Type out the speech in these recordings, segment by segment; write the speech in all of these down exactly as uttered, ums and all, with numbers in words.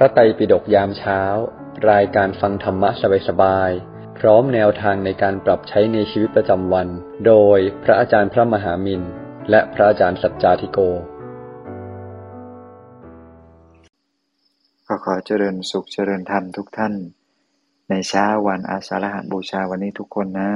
ระไตรปิฎกยามเช้ารายการฟังธรรมะสบายๆพร้อมแนวทางในการปรับใช้ในชีวิตประจำวันโดยพระอาจารย์พระมหามินและพระอาจารย์สัจจาธิโกก็ขอเจริญสุขเจริญธรรมทุกท่านในเช้าวันอาสาฬหบูชาวันนี้ทุกคนนะ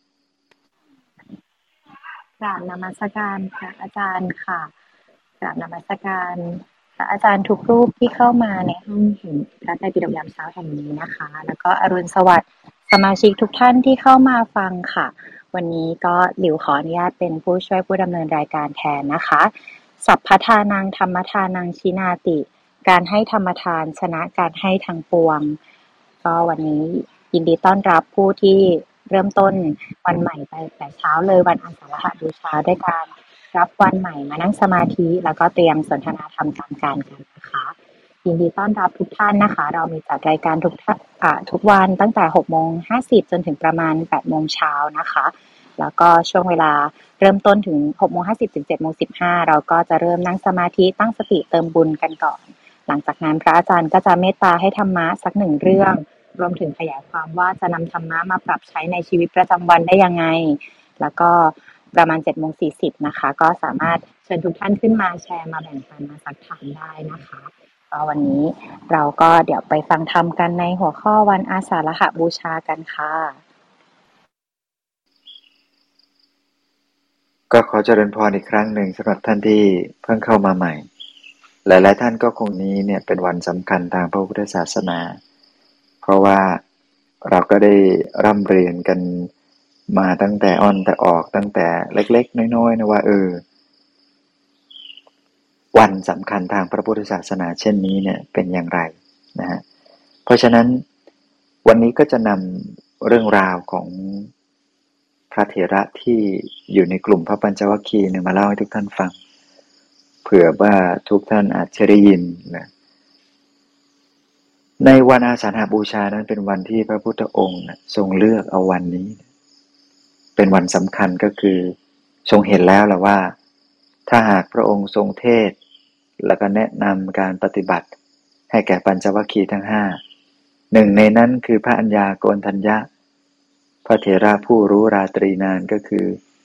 กราบนมัสการพระอาจารย์ค่ะกราบนมัสการพระอาจารย์ทุกรูปที่เข้ามาในห้องแห่งพระไตรปิฎกยามเช้าแห่งนี้นะคะแล้วก็อรุณสวัสดิ์สมาชิกทุกท่านที่เข้ามาฟังค่ะวันนี้ก็หลิวขออนุญาตเป็นผู้ช่วยผู้ดำเนินรายการแทนนะคะสัพพทานังธรรมทานังชินาติการให้ธรรมทานชนะการให้ทางปวงก็วันนี้ยินดีต้อนรับผู้ที่เริ่มต้นวันใหม่ไปแต่เช้าเลยวันอาสาฬหบูชาด้วยการรับวันใหม่มานั่งสมาธิแล้วก็เตรียมสนทนาธรรมตามการกันนะคะยินดีต้อนรับทุกท่านนะคะเรามีจัดรายการทุกอ่าทุกวันตั้งแต่ หกโมงห้าสิบ จนถึงประมาณ แปดโมงเช้านะคะแล้วก็ช่วงเวลาเริ่มต้นถึง หกโมงห้าสิบ ถึง เจ็ดโมงสิบห้า เราก็จะเริ่มนั่งสมาธิตั้งสติเติมบุญกันก่อนหลังจากนั้นพระอาจารย์ก็จะเมตตาให้ธรรมะสักหนึ่งเรื่องรวมถึงขยายความว่าจะนำธรรมะมาปรับใช้ในชีวิตประจำวันได้ยังไงแล้วก็ประมาณ เจ็ดโมงสี่สิบ นะคะก็สามารถเชิญทุกท่านขึ้นมาแชร์มาแบ่งปันมาสักถามได้นะคะก็วันนี้เราก็เดี๋ยวไปฟังธรรมกันในหัวข้อวันอาสาฬหบูชากันค่ะก็ขอเจริญพรอีกครั้งหนึ่งสำหรับท่านที่เพิ่งเข้ามาใหม่หลายๆท่านก็คงนี้เนี่ยเป็นวันสำคัญทางพระพุทธศาสนาเพราะว่าเราก็ได้ร่ำเรียนกันมาตั้งแต่อ้อนแต่ออกตั้งแต่เล็กๆน้อยๆนะว่าเออวันสำคัญทางพระพุทธศาสนาเช่นนี้เนี่ยเป็นอย่างไรนะฮะเพราะฉะนั้นวันนี้ก็จะนำเรื่องราวของพระเถระที่อยู่ในกลุ่มพระปัญจวัคคีย์เนี่ยมาเล่าให้ทุกท่านฟังเผื่อว่าทุกท่านอาจจะได้ยินนะในวันอาสาฬหบูชานั้นเป็นวันที่พระพุทธองค์นะทรงเลือกเอาวันนี้เป็นวันสำคัญก็คือทรงเห็นแล้วแหละว่าถ้าหากพระองค์ทรงเทศแล้วก็แนะนำการปฏิบัติให้แก่ปัญจวัคคีย์ทั้งห้าหนึ่งในนั้นคือพระอัญญาโกณฑัญญะพระเถระผู้รู้ราตรีนานก็คือ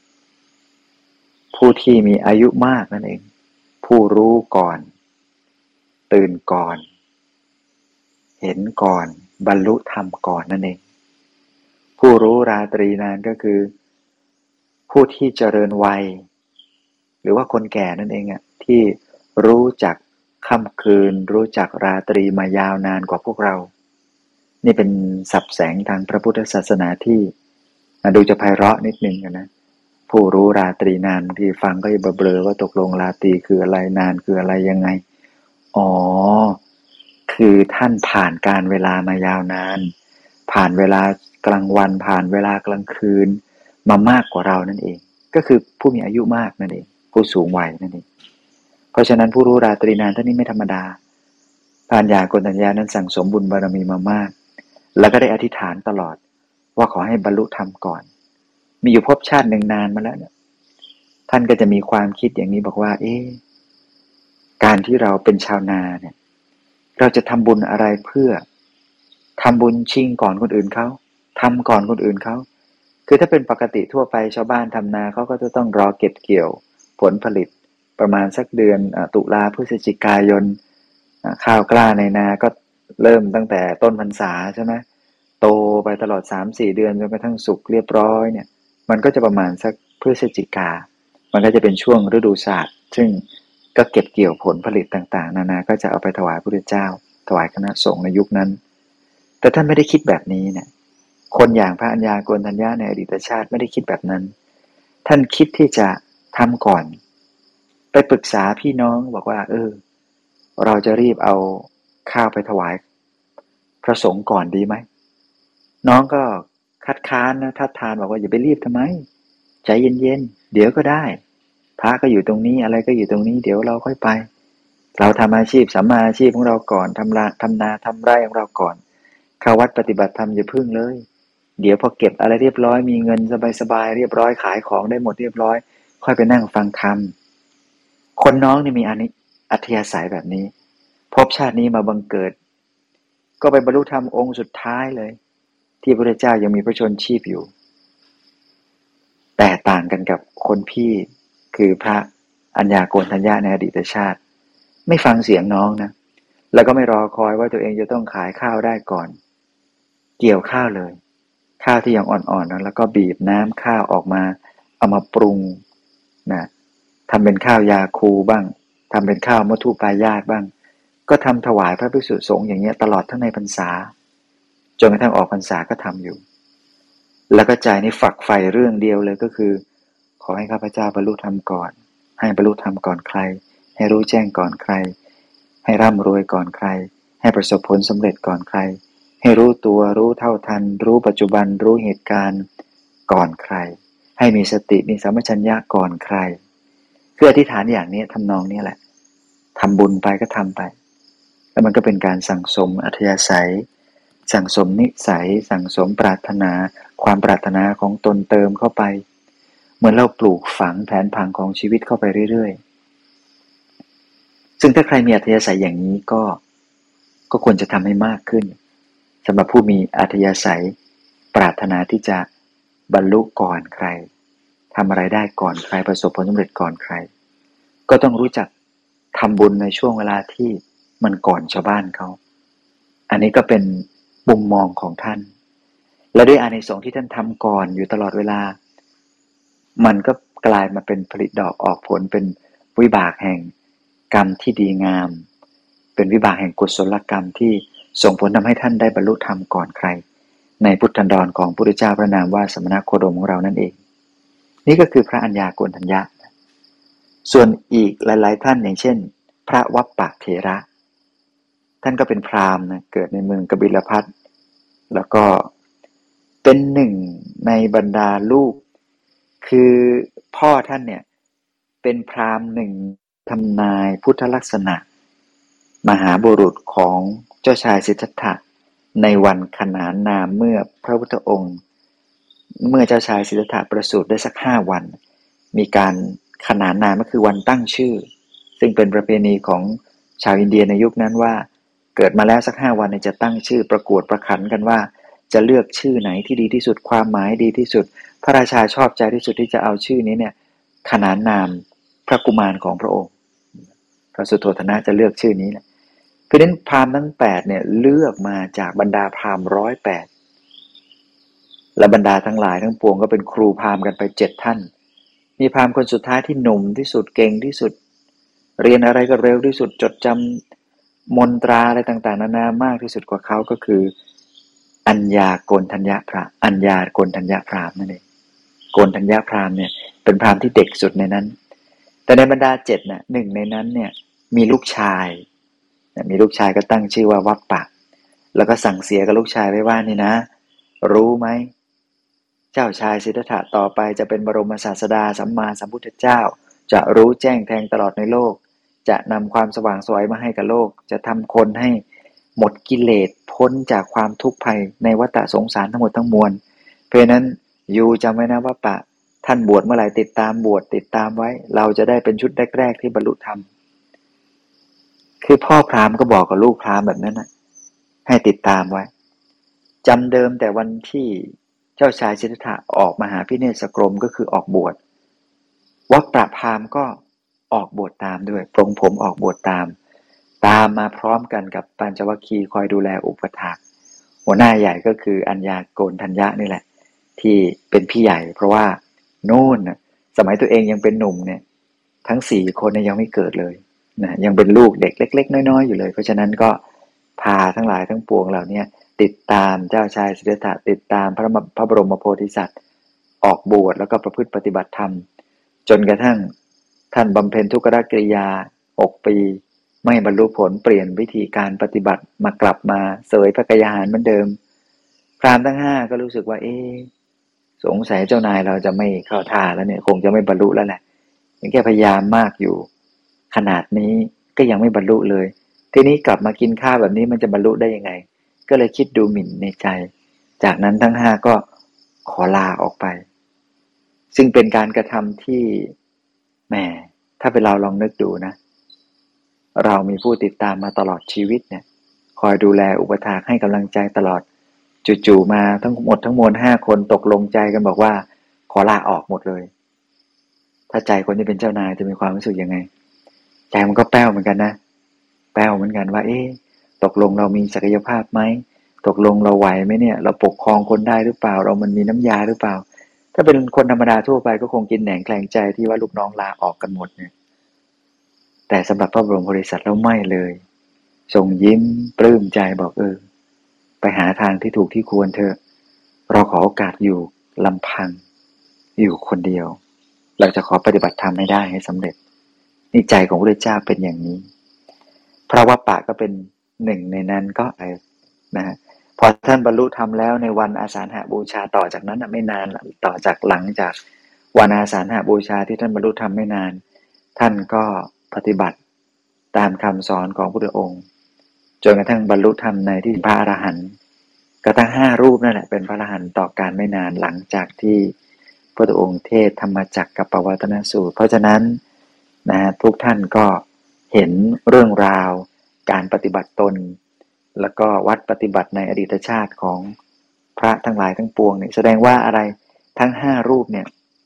ผู้ที่มีอายุมากนั่นเองผู้รู้ก่อนตื่นก่อนเห็นก่อนบรรลุธรรมก่อนนั่นเองผู้รู้ราตรีนานก็คือผู้ที่เจริญวัยหรือว่าคนแก่นั่นเองอ่ะที่รู้จักค่ำคืนรู้จักราตรีมายาวนานกว่าพวกเรานี่เป็นศัพท์แสงทางพระพุทธศาสนาที่ดูจะไพเราะนิดนึงนะผู้รู้ราตรีนานบางทีฟังก็จะเบลอว่าตกลงราตรีคืออะไรนานคืออะไรยังไงอ๋อคือท่านผ่านการเวลามายาวนานผ่านเวลากลางวันผ่านเวลากลางคืนมามากกว่าเรานั่นเองก็คือผู้มีอายุมากนั่นเองผู้สูงวัยนั่นเองเพราะฉะนั้นผู้รู้ราตรีนานท่านนี้ไม่ธรรมดาพระอัญญาโกณฑัญญานั้นสั่งสมบุญบารมีมามากแล้วก็ได้อธิษฐานตลอดว่าขอให้บรรลุธรรมก่อนมีอยู่ภพชาติหนึ่งนานมาแล้วเนี่ยท่านก็จะมีความคิดอย่างนี้บอกว่าเอ๊ะการที่เราเป็นชาวนาเนี่ยเราจะทำบุญอะไรเพื่อทำบุญชิงก่อนคนอื่นเขาทำก่อนคนอื่นเขาคือถ้าเป็นปกติทั่วไปชาวบ้านทำนาเขาก็จะต้องรอเก็บเกี่ยวผลผลิตประมาณสักเดือนตุลาพฤศจิกายนข้าวกล้าในนาก็เริ่มตั้งแต่ต้นพรรษาใช่ไหมโตไปตลอด สามสี่ เดือนจนกระทั่งสุกเรียบร้อยเนี่ยมันก็จะประมาณสักพฤศจิกามันก็จะเป็นช่วงฤดูศาสตร์ซึ่งก็เก็บเกี่ยวผลผลิตต่างๆนานาก็จะเอาไปถวายพระพุทธเจ้าถวายคณะสงฆ์ในยุคนั้นแต่ท่านไม่ได้คิดแบบนี้เนี่ยคนอย่างพระอัญญาโกณฑัญญาในอดีตชาติไม่ได้คิดแบบนั้นท่านคิดที่จะทำก่อนไปปรึกษาพี่น้องบอกว่าเออเราจะรีบเอาข้าวไปถวายพระสงฆ์ก่อนดีไหมน้องก็คัดค้านนะทัดทานบอกว่าอย่าไปรีบทำไมใจเย็นๆเดี๋ยวก็ได้พระก็อยู่ตรงนี้อะไรก็อยู่ตรงนี้เดี๋ยวเราค่อยไปเราทำอาชีพสัมมาอาชีพของเราก่อนทำนาทำนาทำไร่ของเราก่อนเข้าวัดปฏิบัติธรรมอย่าพึ่งเลยเดี๋ยวพอเก็บอะไรเรียบร้อยมีเงินสบายๆเรียบร้อยขายของได้หมดเรียบร้อยค่อยไปนั่งฟังธรรมคนน้องนี่มีอัธยาศัยแบบนี้ภพชาตินี้มาบังเกิดก็ไปบรรลุธรรมองค์สุดท้ายเลยที่พระพุทธเจ้ายังมีพระชนชีพอยู่แต่ต่างกันกับคนพี่คือพระอัญญาโกณฑัญญะในอดีตชาติไม่ฟังเสียงน้องนะแล้วก็ไม่รอคอยว่าตัวเองจะต้องขายข้าวได้ก่อนเกี่ยวข้าวเลยข้าวที่ยังอ่อนๆนะแล้วก็บีบน้ำข้าวออกมาเอามาปรุงนะทำเป็นข้าวยาคูบ้างทำเป็นข้าวมัทุปายาตบ้างก็ทำถวายพระภิกษุสงฆ์อย่างเงี้ยตลอดทั้งในพรรษาจนกระทั่งออกพรรษาก็ทำอยู่แล้วก็ใจในฝักใฝ่เรื่องเดียวเลยก็คือขอให้ข้าพเจ้าบรรลุธรรมก่อนให้บรรลุธรรมก่อนใครให้รู้แจ้งก่อนใครให้ร่ำรวยก่อนใครให้ประสบผลสำเร็จก่อนใครให้รู้ตัวรู้เท่าทันรู้ปัจจุบันรู้เหตุการณ์ก่อนใครให้มีสติมีสัมปชัญญะก่อนใครคืออธิษฐานอย่างนี้ทำนองนี้แหละทำบุญไปก็ทำไปแล้วมันก็เป็นการสั่งสมอัธยาศัยสั่งสมนิสัยสั่งสมปรารถนาความปรารถนาของตนเติมเข้าไปเหมือนเราปลูกฝังแผนผังของชีวิตเข้าไปเรื่อยๆซึ่งถ้าใครมีอัธยาศัยอย่างนี้ก็ก็ควรจะทำให้มากขึ้นสำหรับผู้มีอัธยาศัยปรารถนาที่จะบรรลุก่อนใครทำอะไรได้ก่อนใครประสบผลสำเร็จก่อนใครก็ต้องรู้จักทำบุญในช่วงเวลาที่มันก่อนชาวบ้านเขาอันนี้ก็เป็นมุมมองของท่านและด้วยอานิสงส์ที่ท่านทำก่อนอยู่ตลอดเวลามันก็กลายมาเป็นผลิตดอกออกผลเป็นวิบากแห่งกรรมที่ดีงามเป็นวิบากแห่งกุศลกรรมที่ส่งผลทำให้ท่านได้บรรลุธรรมก่อนใครในพุทธันดรของพระพุทธเจ้าพระนามว่าสมณโคดมของเรานั่นเองนี่ก็คือพระอัญญาโกณฑัญญะส่วนอีกหลายๆท่านอย่างเช่นพระวัปปะเถระท่านก็เป็นพราหมณ์นะเกิดในเมืองกบิลพัสต์แล้วก็เป็นหนึ่งในบรรดาลูกคือพ่อท่านเนี่ยเป็นพราหมณ์หนึ่งทำนายพุทธลักษณะมหาบุรุษของเจ้าชายสิทธัตถะในวันขนานนามเมื่อพระพุทธองค์เมื่อเจ้าชายสิทธัตถะประสูติได้สักห้าวันมีการขนานนามก็คือวันตั้งชื่อซึ่งเป็นประเพณีของชาวอินเดียในยุคนั้นว่าเกิดมาแล้วสักห้าวันจะตั้งชื่อประกวดประขันกันว่าจะเลือกชื่อไหนที่ดีที่สุดความหมายดีที่สุดพระราชาชอบใจที่สุดที่จะเอาชื่อนี้เนี่ยขนานนามพระกุมารของพระองค์พระสุโธทนะจะเลือกชื่อนี้แหละเพราะฉะนั้นพราหมณ์ทั้งแปดเนี่ยเลือกมาจากบรรดาพราหมณ์ร้อยแปดและบรรดาทั้งหลายทั้งปวงก็เป็นครูพราหมณ์กันไปเจ็ดท่านมีพราหมณ์คนสุดท้ายที่หนุ่มที่สุดเก่งที่สุดเรียนอะไรก็เร็วที่สุดจดจำมนตราอะไรต่างๆนานามากที่สุดกว่าเขาก็คืออัญญาโกณฑัญญะพราหมณ์อัญญาโกณฑัญญะพราหมณ์นั่นเองโกณฑัญญะพราหมณ์เนี่ยเป็นพราหมณ์ที่เด็กสุดในนั้นแต่ในบรรดาเจ็ดน่ะหนึ่งในนั้นเนี่ยมีลูกชายมีลูกชายก็ตั้งชื่อว่าวัปปะแล้วก็สั่งเสียกับลูกชายไว้ว่านี่นะรู้ไหมเจ้าชายสิทธัตถะต่อไปจะเป็นบรมศาสดาสัมมาสัมพุทธเจ้าจะรู้แจ้งแทงตลอดในโลกจะนำความสว่างไสวมาให้กับโลกจะทำคนให้หมดกิเลสพ้นจากความทุกข์ภัยในวัฏสงสารทั้งหมดทั้งมวลเพราะนั้นอยู่จำไว้นะว่าปะท่านบวชเมื่อไหร่ติดตามบวชติดตามไว้เราจะได้เป็นชุดแรกๆที่บรรลุธรรมคือพ่อพราหมณ์ก็บอกกับลูกพราหมณ์แบบนั้นนะให้ติดตามไว้จำเดิมแต่วันที่เจ้าชายสิทธัตถะออกมหาพิเนศกรมก็คือออกบวชวัปปะพราหมณ์ก็ออกบวชตามด้วยปรงผมออกบวชตามตามมาพร้อมกันกับปัญจวัคคีย์คอยดูแลอุปถากหัวหน้าใหญ่ก็คืออัญญาโกณฑัญญะนี่แหละที่เป็นพี่ใหญ่เพราะว่าโน่นสมัยตัวเองยังเป็นหนุ่มเนี่ยทั้งสี่คนเนี่ยยังไม่เกิดเลยนะยังเป็นลูกเด็กเล็กๆน้อยๆอยู่เลยเพราะฉะนั้นก็พาทั้งหลายทั้งปวงเหล่านี้ติดตามเจ้าชายสิทธัตถะติดตามพระพระบรมโพธิสัตว์ออกบวชแล้วก็ประพฤติปฏิบัติธรรมจนกระทั่งท่านบำเพ็ญทุกขกิริยาหกปีไม่บรรลุผลเปลี่ยนวิธีการปฏิบัติมากลับมาเสวยพระกยาหารเหมือนเดิมพราหมณ์ทั้งห้าก็รู้สึกว่าเอ๊ะสงสัยเจ้านายเราจะไม่เข้าท่าแล้วเนี่ยคงจะไม่บรรลุแล้วแหละยังแค่พยายามมากอยู่ขนาดนี้ก็ยังไม่บรรลุเลยทีนี้กลับมากินข้าวแบบนี้มันจะบรรลุได้ยังไงก็เลยคิดดูหมิ่นในใจจากนั้นทั้งห้าก็ขอลาออกไปซึ่งเป็นการกระทำที่แหมถ้าเป็นเราลองนึกดูนะเรามีผู้ติดตามมาตลอดชีวิตเนี่ยขคอยดูแลอุปถากให้กำลังใจตลอดจู่ๆมาทั้งหมดทั้งมวลห้าคนตกลงใจกันบอกว่าขอลาออกหมดเลยถ้าใจคนที่เป็นเจ้านายจะมีความรู้สึกยังไงใจมันก็แป้วเหมือนกันนะแป้วเหมือนกันว่าเอ๊ะตกลงเรามีศักยภาพไหมตกลงเราไหวไหมเนี่ยเราปกครองคนได้หรือเปล่าเรามันมีน้ำยาหรือเปล่าถ้าเป็นคนธรรมดาทั่วไปก็คงกินแหนงแคลงใจที่ว่าลูกน้องลาออกกันหมดเนี่ยแต่สำหรับพระบรมโพธิสัตว์แล้วไม่เลยทรงยิ้มปลื้มใจบอกเออไปหาทางที่ถูกที่ควรเถอะเราขอโอกาสอยู่ลำพังอยู่คนเดียวเราจะขอปฏิบัติธรรมให้ได้ให้สำเร็จนี่ใจของพระพุทธเจ้าเป็นอย่างนี้พระวัปปะก็เป็นหนึ่งในนั้นก็ไอ้นะพอท่านบรรลุธรรมแล้วในวันอาสาฬหบูชาต่อจากนั้นนะไม่นานต่อจากหลังจากวันอาสาฬหบูชาที่ท่านบรรลุธรรมไม่นานท่านก็ปฏิบัติตามคำสอนของพระพุทธองค์จนกระทั่งบรรลุธรรมในที่พระอรหันต์ก็ทั้งห้ารูปนั่นแหละเป็นพระอรหันต์ต่อการไม่นานหลังจากที่พระพุทธองค์เทศธรรมจักรกับปวัตตนสูตรเพราะฉะนั้นนะทุกท่านก็เห็นเรื่องราวการปฏิบัติตนแล้วก็วัดปฏิบัติในอดีตชาติของพระทั้งหลายทั้งปวงเนี่ยแสดงว่าอะไรทั้งห้ารูปเนี่ย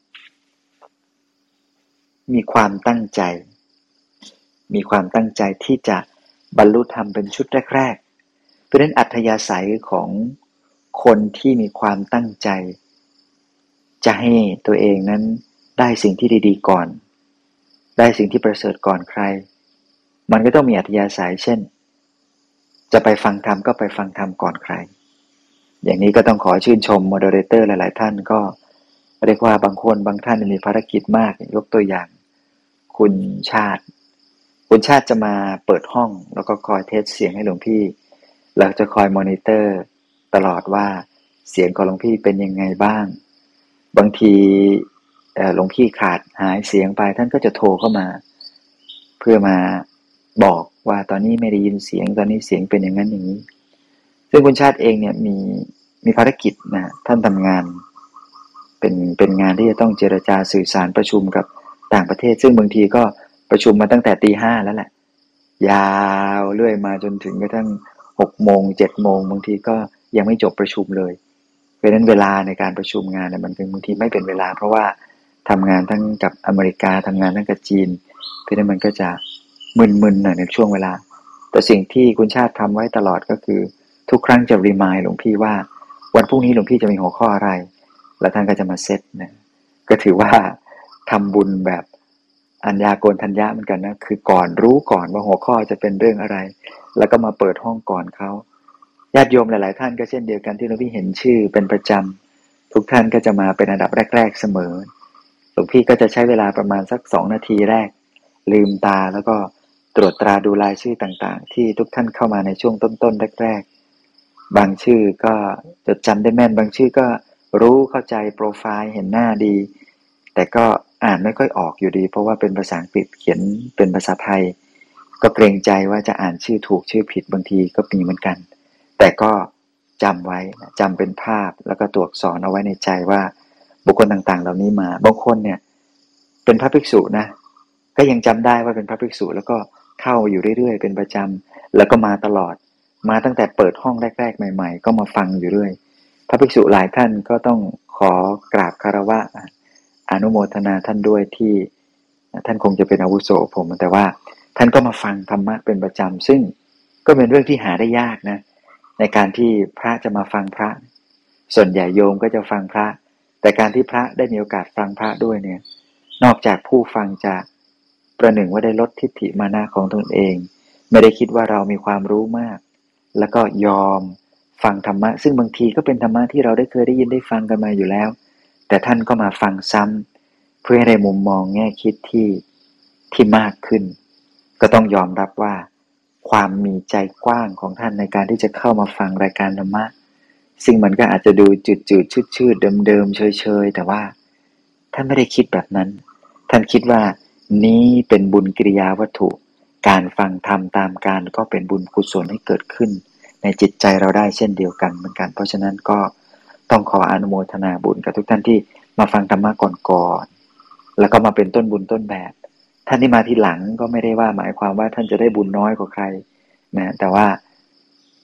มีความตั้งใจมีความตั้งใจที่จะบรรลุธรรมเป็นชุดแรกๆเพราะฉะนั้นอัธยาศัยของคนที่มีความตั้งใจจะให้ตัวเองนั้นได้สิ่งที่ดีๆก่อนได้สิ่งที่ประเสริฐก่อนใครมันก็ต้องมีอัธยาศัยเช่นจะไปฟังธรรมก็ไปฟังธรรมก่อนใครอย่างนี้ก็ต้องขอชื่นชมโมเดเลเตอร์หลายๆท่านก็เรียกว่าบางคนบางท่านมีภารกิจมากยกตัวอย่างคุณชาติคุณชาติจะมาเปิดห้องแล้วก็คอยเทสเสียงให้หลวงพี่แล้วจะคอยมอนิเตอร์ตลอดว่าเสียงของหลวงพี่เป็นยังไงบ้างบางทีหลวงพี่ขาดหายเสียงไปท่านก็จะโทรเข้ามาเพื่อมาบอกว่าตอนนี้ไม่ได้ยินเสียงตอนนี้เสียงเป็นอย่างนั้นอย่างนี้ซึ่งคุณชาติเองเนี่ยมีมีภารกิจนะท่านทำงานเป็นเป็นงานที่จะต้องเจรจาสื่อสารประชุมกับต่างประเทศซึ่งบางทีก็ประชุมมาตั้งแต่ตีห้าแล้วแหละยาวเรื่อยมาจนถึงกระทั่งหกโมงเจ็ดโมงบางทีก็ยังไม่จบประชุมเลยเพราะฉะนั้นเวลาในการประชุมงานเนี่ยมันเป็นบางทีไม่เป็นเวลาเพราะว่าทำงานทั้งกับอเมริกาทำงานทั้งกับจีนเพราะฉะนั้นมันก็จะมึนๆหน่อยในช่วงเวลาแต่สิ่งที่คุณชาติทำไว้ตลอดก็คือทุกครั้งจะรีมายด์หลวงพี่ว่าวันพรุ่งนี้หลวงพี่จะมีหัวข้ออะไรแล้วท่านก็จะมาเซตนะก็ถือว่าทำบุญแบบอัญญาโกณทัญญะเหมือนกันนะคือก่อนรู้ก่อนว่าหัวข้อจะเป็นเรื่องอะไรแล้วก็มาเปิดห้องก่อนเขาญาติโยมหลายๆท่านก็เช่นเดียวกันที่หลวงพี่เห็นชื่อเป็นประจำทุกท่านก็จะมาเป็นอันดับแรกๆเสมอหลวงพี่ก็จะใช้เวลาประมาณสักสองนาทีแรกลืมตาแล้วก็ตรวจตราดูรายชื่อต่างๆที่ทุกท่านเข้ามาในช่วงต้นๆแรกๆบางชื่อก็จดจำได้แม่นบางชื่อก็รู้เข้าใจโปรไฟล์เห็นหน้าดีแต่ก็อ่านไม่ค่อยออกอยู่ดีเพราะว่าเป็นภาษาอังกฤษเขียนเป็นภาษาไทยก็เกรงใจว่าจะอ่านชื่อถูกชื่อผิดบางทีก็มีเหมือนกันแต่ก็จำไว้จำเป็นภาพแล้วก็ตัวอักษรเอาไว้ในใจว่าบุคคลต่างๆเหล่านี้มาบางคนเนี่ยเป็นพระภิกษุนะก็ยังจำได้ว่าเป็นพระภิกษุแล้วก็เข้าอยู่เรื่อยๆเป็นประจำแล้วก็มาตลอดมาตั้งแต่เปิดห้องแรกๆใหม่ๆก็มาฟังอยู่เรื่อยพระภิกษุหลายท่านก็ต้องขอกราบคารวะอนุโมทนาท่านด้วยที่ท่านคงจะเป็นอาวุโสผมแต่ว่าท่านก็มาฟังธรรมะเป็นประจำซึ่งก็เป็นเรื่องที่หาได้ยากนะในการที่พระจะมาฟังพระส่วนใหญ่โยมก็จะฟังพระแต่การที่พระได้มีโอกาสฟังพระด้วยเนี่ยนอกจากผู้ฟังจะประหนึ่งว่าได้ลดทิฏฐิมานะของตนเองไม่ได้คิดว่าเรามีความรู้มากแล้วก็ยอมฟังธรรมะซึ่งบางทีก็เป็นธรรมะที่เราได้เคยได้ยินได้ฟังกันมาอยู่แล้วแต่ท่านก็มาฟังซ้ำเพื่อให้ได้มุมมองแง่คิดที่ที่มากขึ้นก็ต้องยอมรับว่าความมีใจกว้างของท่านในการที่จะเข้ามาฟังรายการธรรมะซึ่งมันก็อาจจะดูจืดๆชืดๆเดิมๆเฉยๆแต่ว่าท่านไม่ได้คิดแบบนั้นท่านคิดว่านี้เป็นบุญกิริยาวัตถุการฟังธรรมตามการก็เป็นบุญกุศลให้เกิดขึ้นในจิตใจเราได้เช่นเดียวกันเหมือนกันเพราะฉะนั้นก็ต้องขออนุโมทนาบุญกับทุกท่านที่มาฟังธรรมะก่อนๆแล้วก็มาเป็นต้นบุญต้นแบบท่านที่มาทีหลังก็ไม่ได้ว่าหมายความว่าท่านจะได้บุญน้อยกว่าใครนะแต่ว่า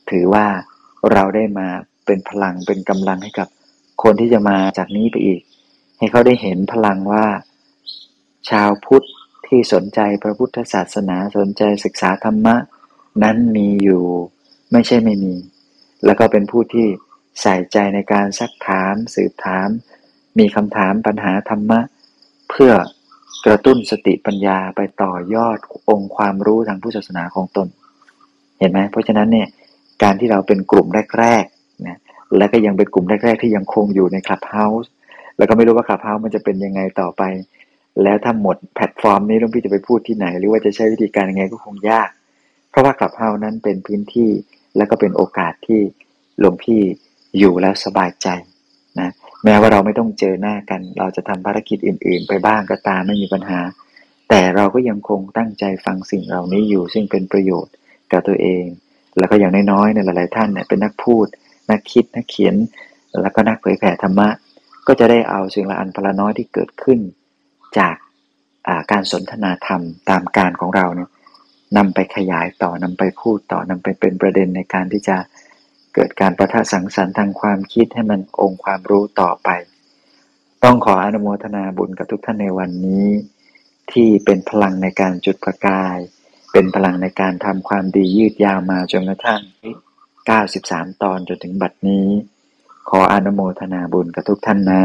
ถือว่าเราได้มาเป็นพลังเป็นกำลังให้กับคนที่จะมาจากนี้ไปอีกให้เขาได้เห็นพลังว่าชาวพุทธที่สนใจพระพุทธศาสนาสนใจศึกษาธรรมะนั้นมีอยู่ไม่ใช่ไม่มีแล้วก็เป็นผู้ที่ใส่ใจในการซักถามสืบถามมีคำถามปัญหาธรรมะเพื่อกระตุ้นสติปัญญาไปต่อยอดองค์ความรู้ทางพุทธศาสนาของตนเห็นไหมเพราะฉะนั้นเนี่ยการที่เราเป็นกลุ่มแรกๆนะและก็ยังเป็นกลุ่มแรกๆที่ยังคงอยู่ใน Clubhouse แล้วก็ไม่รู้ว่า Clubhouse มันจะเป็นยังไงต่อไปแล้วถ้าหมดแพลตฟอร์มนี้หลวงพี่จะไปพูดที่ไหนหรือว่าจะใช้วิธีการยังไงก็คงยากเพราะว่า Clubhouse นั้นเป็นพื้นที่และก็เป็นโอกาสที่หลวงพี่อยู่แล้วสบายใจนะแม้ว่าเราไม่ต้องเจอหน้ากันเราจะทำภารกิจอื่นๆไปบ้างก็ตามไม่มีปัญหาแต่เราก็ยังคงตั้งใจฟังสิ่งเหล่านี้อยู่ซึ่งเป็นประโยชน์กับตัวเองแล้วก็อย่างน้อยๆเนี่ยหลายๆท่านเนี่ยเป็นนักพูดนักคิดนักเขียนแล้วก็นักเผยแผ่ธรรมะก็จะได้เอาสิ่งละอันพละน้อยที่เกิดขึ้นจากการสนทนาธรรมตามการของเราเนี่ยนำไปขยายต่อนำไปพูดต่อนำไปเป็นประเด็นในการที่จะเกิดการประทะสังสรรค์ทางความคิดให้มันองค์ความรู้ต่อไปต้องขออนุโมทนาบุญกับทุกท่านในวันนี้ที่เป็นพลังในการจุดประกายเป็นพลังในการทำความดียืดยาวมาจนกระทั่งเก้าสิบสามตอนจนถึงบัดนี้ขออนุโมทนาบุญกับทุกท่านนะ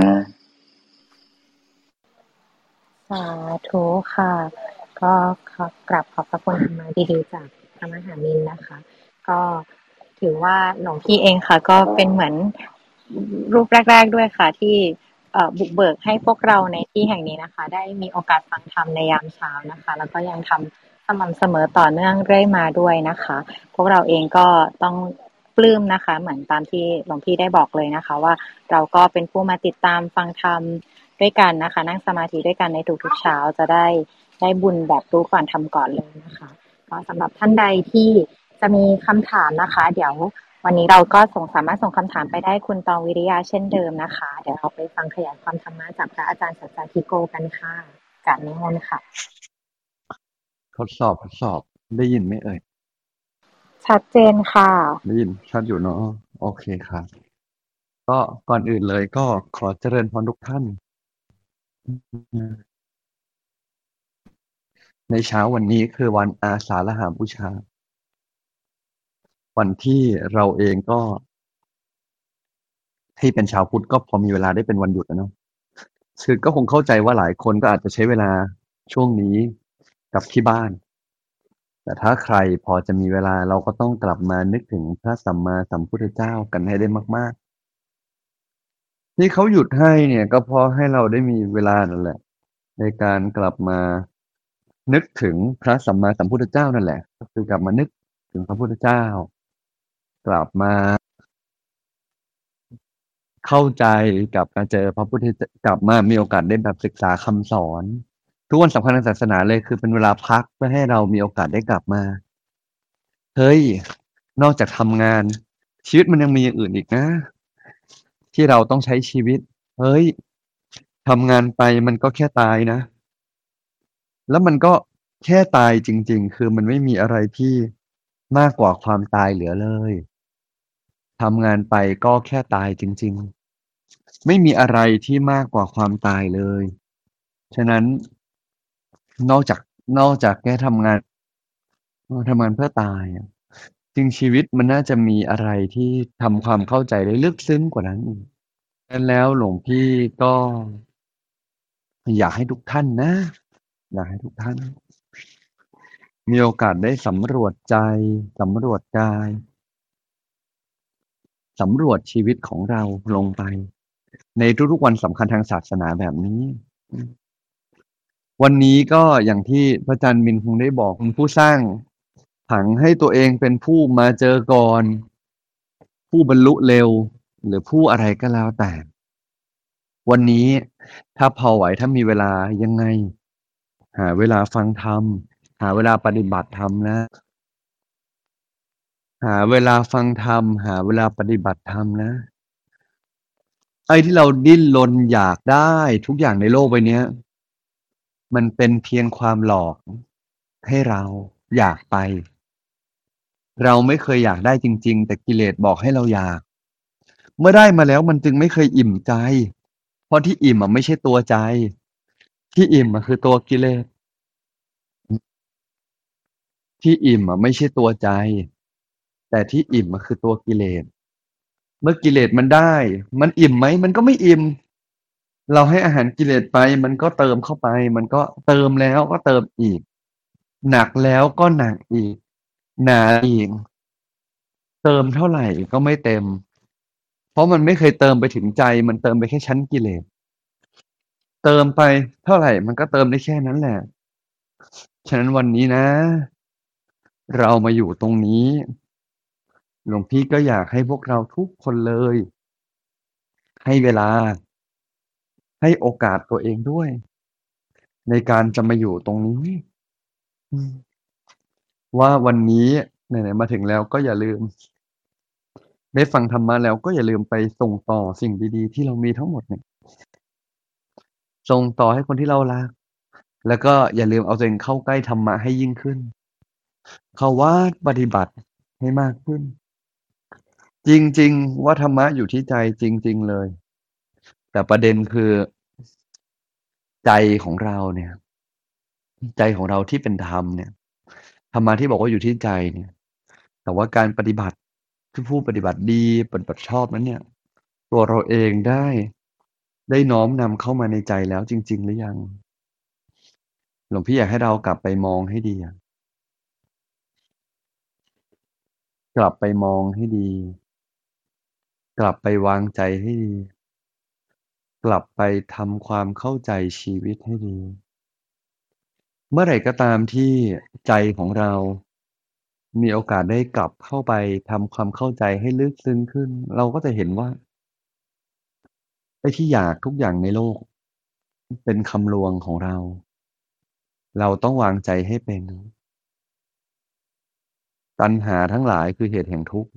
สาธุค่ะก็กราบขอบพระคุณธรรมะดีๆจากพระมหามินนะคะ ก็ถือว่าหลวงพี่เองค่ะก็เป็นเหมือนรูปแรกๆด้วยค่ะที่บุกเบิกให้พวกเราในที่แห่งนี้นะคะได้มีโอกาสฟังธรรมในยามเช้านะคะแล้วก็ยังทำสม่ำเสมอต่อเนื่องเรื่อยมาด้วยนะคะพวกเราเองก็ต้องปลื้มนะคะเหมือนตามที่หลวงพี่ได้บอกเลยนะคะว่าเราก็เป็นผู้มาติดตามฟังธรรมด้วยกันนะคะนั่งสมาธิด้วยกันในทุกๆเช้าจะได้ได้บุญแบบรู้ก่อนทำก่อนเลยนะคะก็สำหรับท่านใดที่จะมีคำถามนะคะเดี๋ยววันนี้เราก็ส่งสามารถส่งคำถามไปได้คุณตองวิริยาเช่นเดิมนะคะเดี๋ยวเราไปฟังขยายความธรรมะจากพระอาจารย์สัจจทิโกกันค่ะกราบนิมนต์ค่ะทดสอบทดสอบได้ยินไหมเอ่ยชัดเจนค่ะได้ยินชัดอยู่เนาะโอเคครับก็ก่อนอื่นเลยก็ขอเจริญพรทุกท่านในเช้าวันนี้คือวันอาสาฬหบูชาวันที่เราเองก็ที่เป็นชาวพุทธก็พอมีเวลาได้เป็นวันหยุดนะเนาะคือก็คงเข้าใจว่าหลายคนก็อาจจะใช้เวลาช่วงนี้กับที่บ้านแต่ถ้าใครพอจะมีเวลาเราก็ต้องกลับมานึกถึงพระสัมมาสัมพุทธเจ้ากันให้ได้มากๆที่เขาหยุดให้เนี่ยก็เพราะให้เราได้มีเวลานั่นแหละในการกลับมานึกถึงพระสัมมาสัมพุทธเจ้านั่นแหละก็คือกลับมานึกถึงพระพุทธเจ้ากลับมาเข้าใจกับการเจอพระพุทธเจ้ากลับมามีโอกาสได้แบบศึกษาคำสอนทุกวันสำคัญทางศาสนาเลยคือเป็นเวลาพักเพื่อให้เรามีโอกาสได้กลับมาเฮ้ยนอกจากทำงานชีวิตมันยังมีอย่างอื่นอีกนะที่เราต้องใช้ชีวิตเฮ้ยทำงานไปมันก็แค่ตายนะแล้วมันก็แค่ตายจริงๆคือมันไม่มีอะไรที่มากกว่าความตายเหลือเลยทำงานไปก็แค่ตายจริงๆไม่มีอะไรที่มากกว่าความตายเลยฉะนั้นนอกจากนอกจากแค่ทำงานทำงานเพื่อตายอะจริงชีวิตมันน่าจะมีอะไรที่ทำความเข้าใจได้ลึกซึ้งกว่านั้นอีกฉะนั้นแล้วหลวงพี่ก็อยากให้ทุกท่านนะอยากให้ทุกท่านมีโอกาสได้สำรวจใจสำรวจกายสำรวจชีวิตของเราลงไปในทุกๆวันสำคัญทางศาสนาแบบนี้วันนี้ก็อย่างที่พระอาจารย์มินคงได้บอกเป็นผู้สร้างผังให้ตัวเองเป็นผู้มาเจอก่อนผู้บรรลุเร็วหรือผู้อะไรก็แล้วแต่วันนี้ถ้าพอไหวถ้ามีเวลายังไงหาเวลาฟังธรรมหาเวลาปฏิบัติธรรมนะหาเวลาฟังธรรมหาเวลาปฏิบัติธรรมนะไอ้ที่เราดิ้นรนอยากได้ทุกอย่างในโลกใบนี้มันเป็นเพียงความหลอกให้เราอยากไปเราไม่เคยอยากได้จริงๆแต่กิเลสบอกให้เราอยากเมื่อได้มาแล้วมันจึงไม่เคยอิ่มใจเพราะที่อิ่มอะไม่ใช่ตัวใจที่อิ่มอะคือตัวกิเลสที่อิ่มอะไม่ใช่ตัวใจแต่ที่อิ่มอะคือตัวกิเลสเมื่อกิเลสมันได้มันอิ่มไหมมันก็ไม่อิ่มเราให้อาหารกิเลสไปมันก็เติมเข้าไปมันก็เติมแล้วก็เติมอีกหนักแล้วก็หนักอีกหนาอีกเติมเท่าไหร่ก็ไม่เต็มเพราะมันไม่เคยเติมไปถึงใจมันเติมไปแค่ชั้นกิเลสเติมไปเท่าไหร่มันก็เติมได้แค่นั้นแหละฉะนั้นวันนี้นะเรามาอยู่ตรงนี้หลวงพี่ก็อยากให้พวกเราทุกคนเลยให้เวลาให้โอกาสตัวเองด้วยในการจะมาอยู่ตรงนี้อืมว่าวันนี้ไหนๆมาถึงแล้วก็อย่าลืมได้ฟังธรรมะแล้วก็อย่าลืมไปส่งต่อสิ่งดีๆที่เรามีทั้งหมดเนี่ยส่งต่อให้คนที่เรารักแล้วก็อย่าลืมเอาตัวเองเข้าใกล้ธรรมะให้ยิ่งขึ้นเข้าวัดปฏิบัติให้มากขึ้นจริงๆว่าธรรมะอยู่ที่ใจจริงๆเลยแต่ประเด็นคือใจของเราเนี่ยใจของเราที่เป็นธรรมเนี่ยธรรมะที่บอกว่าอยู่ที่ใจเนี่ยแต่ว่าการปฏิบัติที่ผู้ปฏิบัติดีปฏิบัติชอบนั้นเนี่ยตัวเราเองได้ได้น้อมนำเข้ามาในใจแล้วจริงๆหรือยังหลวงพี่อยากให้เรากลับไปมองให้ดีอะกลับไปมองให้ดีกลับไปวางใจให้ดีกลับไปทำความเข้าใจชีวิตให้ดี เมื่อไหร่ก็ตามที่ใจของเรามีโอกาสได้กลับเข้าไปทำความเข้าใจให้ลึกซึ้งขึ้นเราก็จะเห็นว่าไอ้ที่อยากทุกอย่างในโลกเป็นคำลวงของเราเราต้องวางใจให้เป็นตัณหาทั้งหลายคือเหตุแห่งทุกข์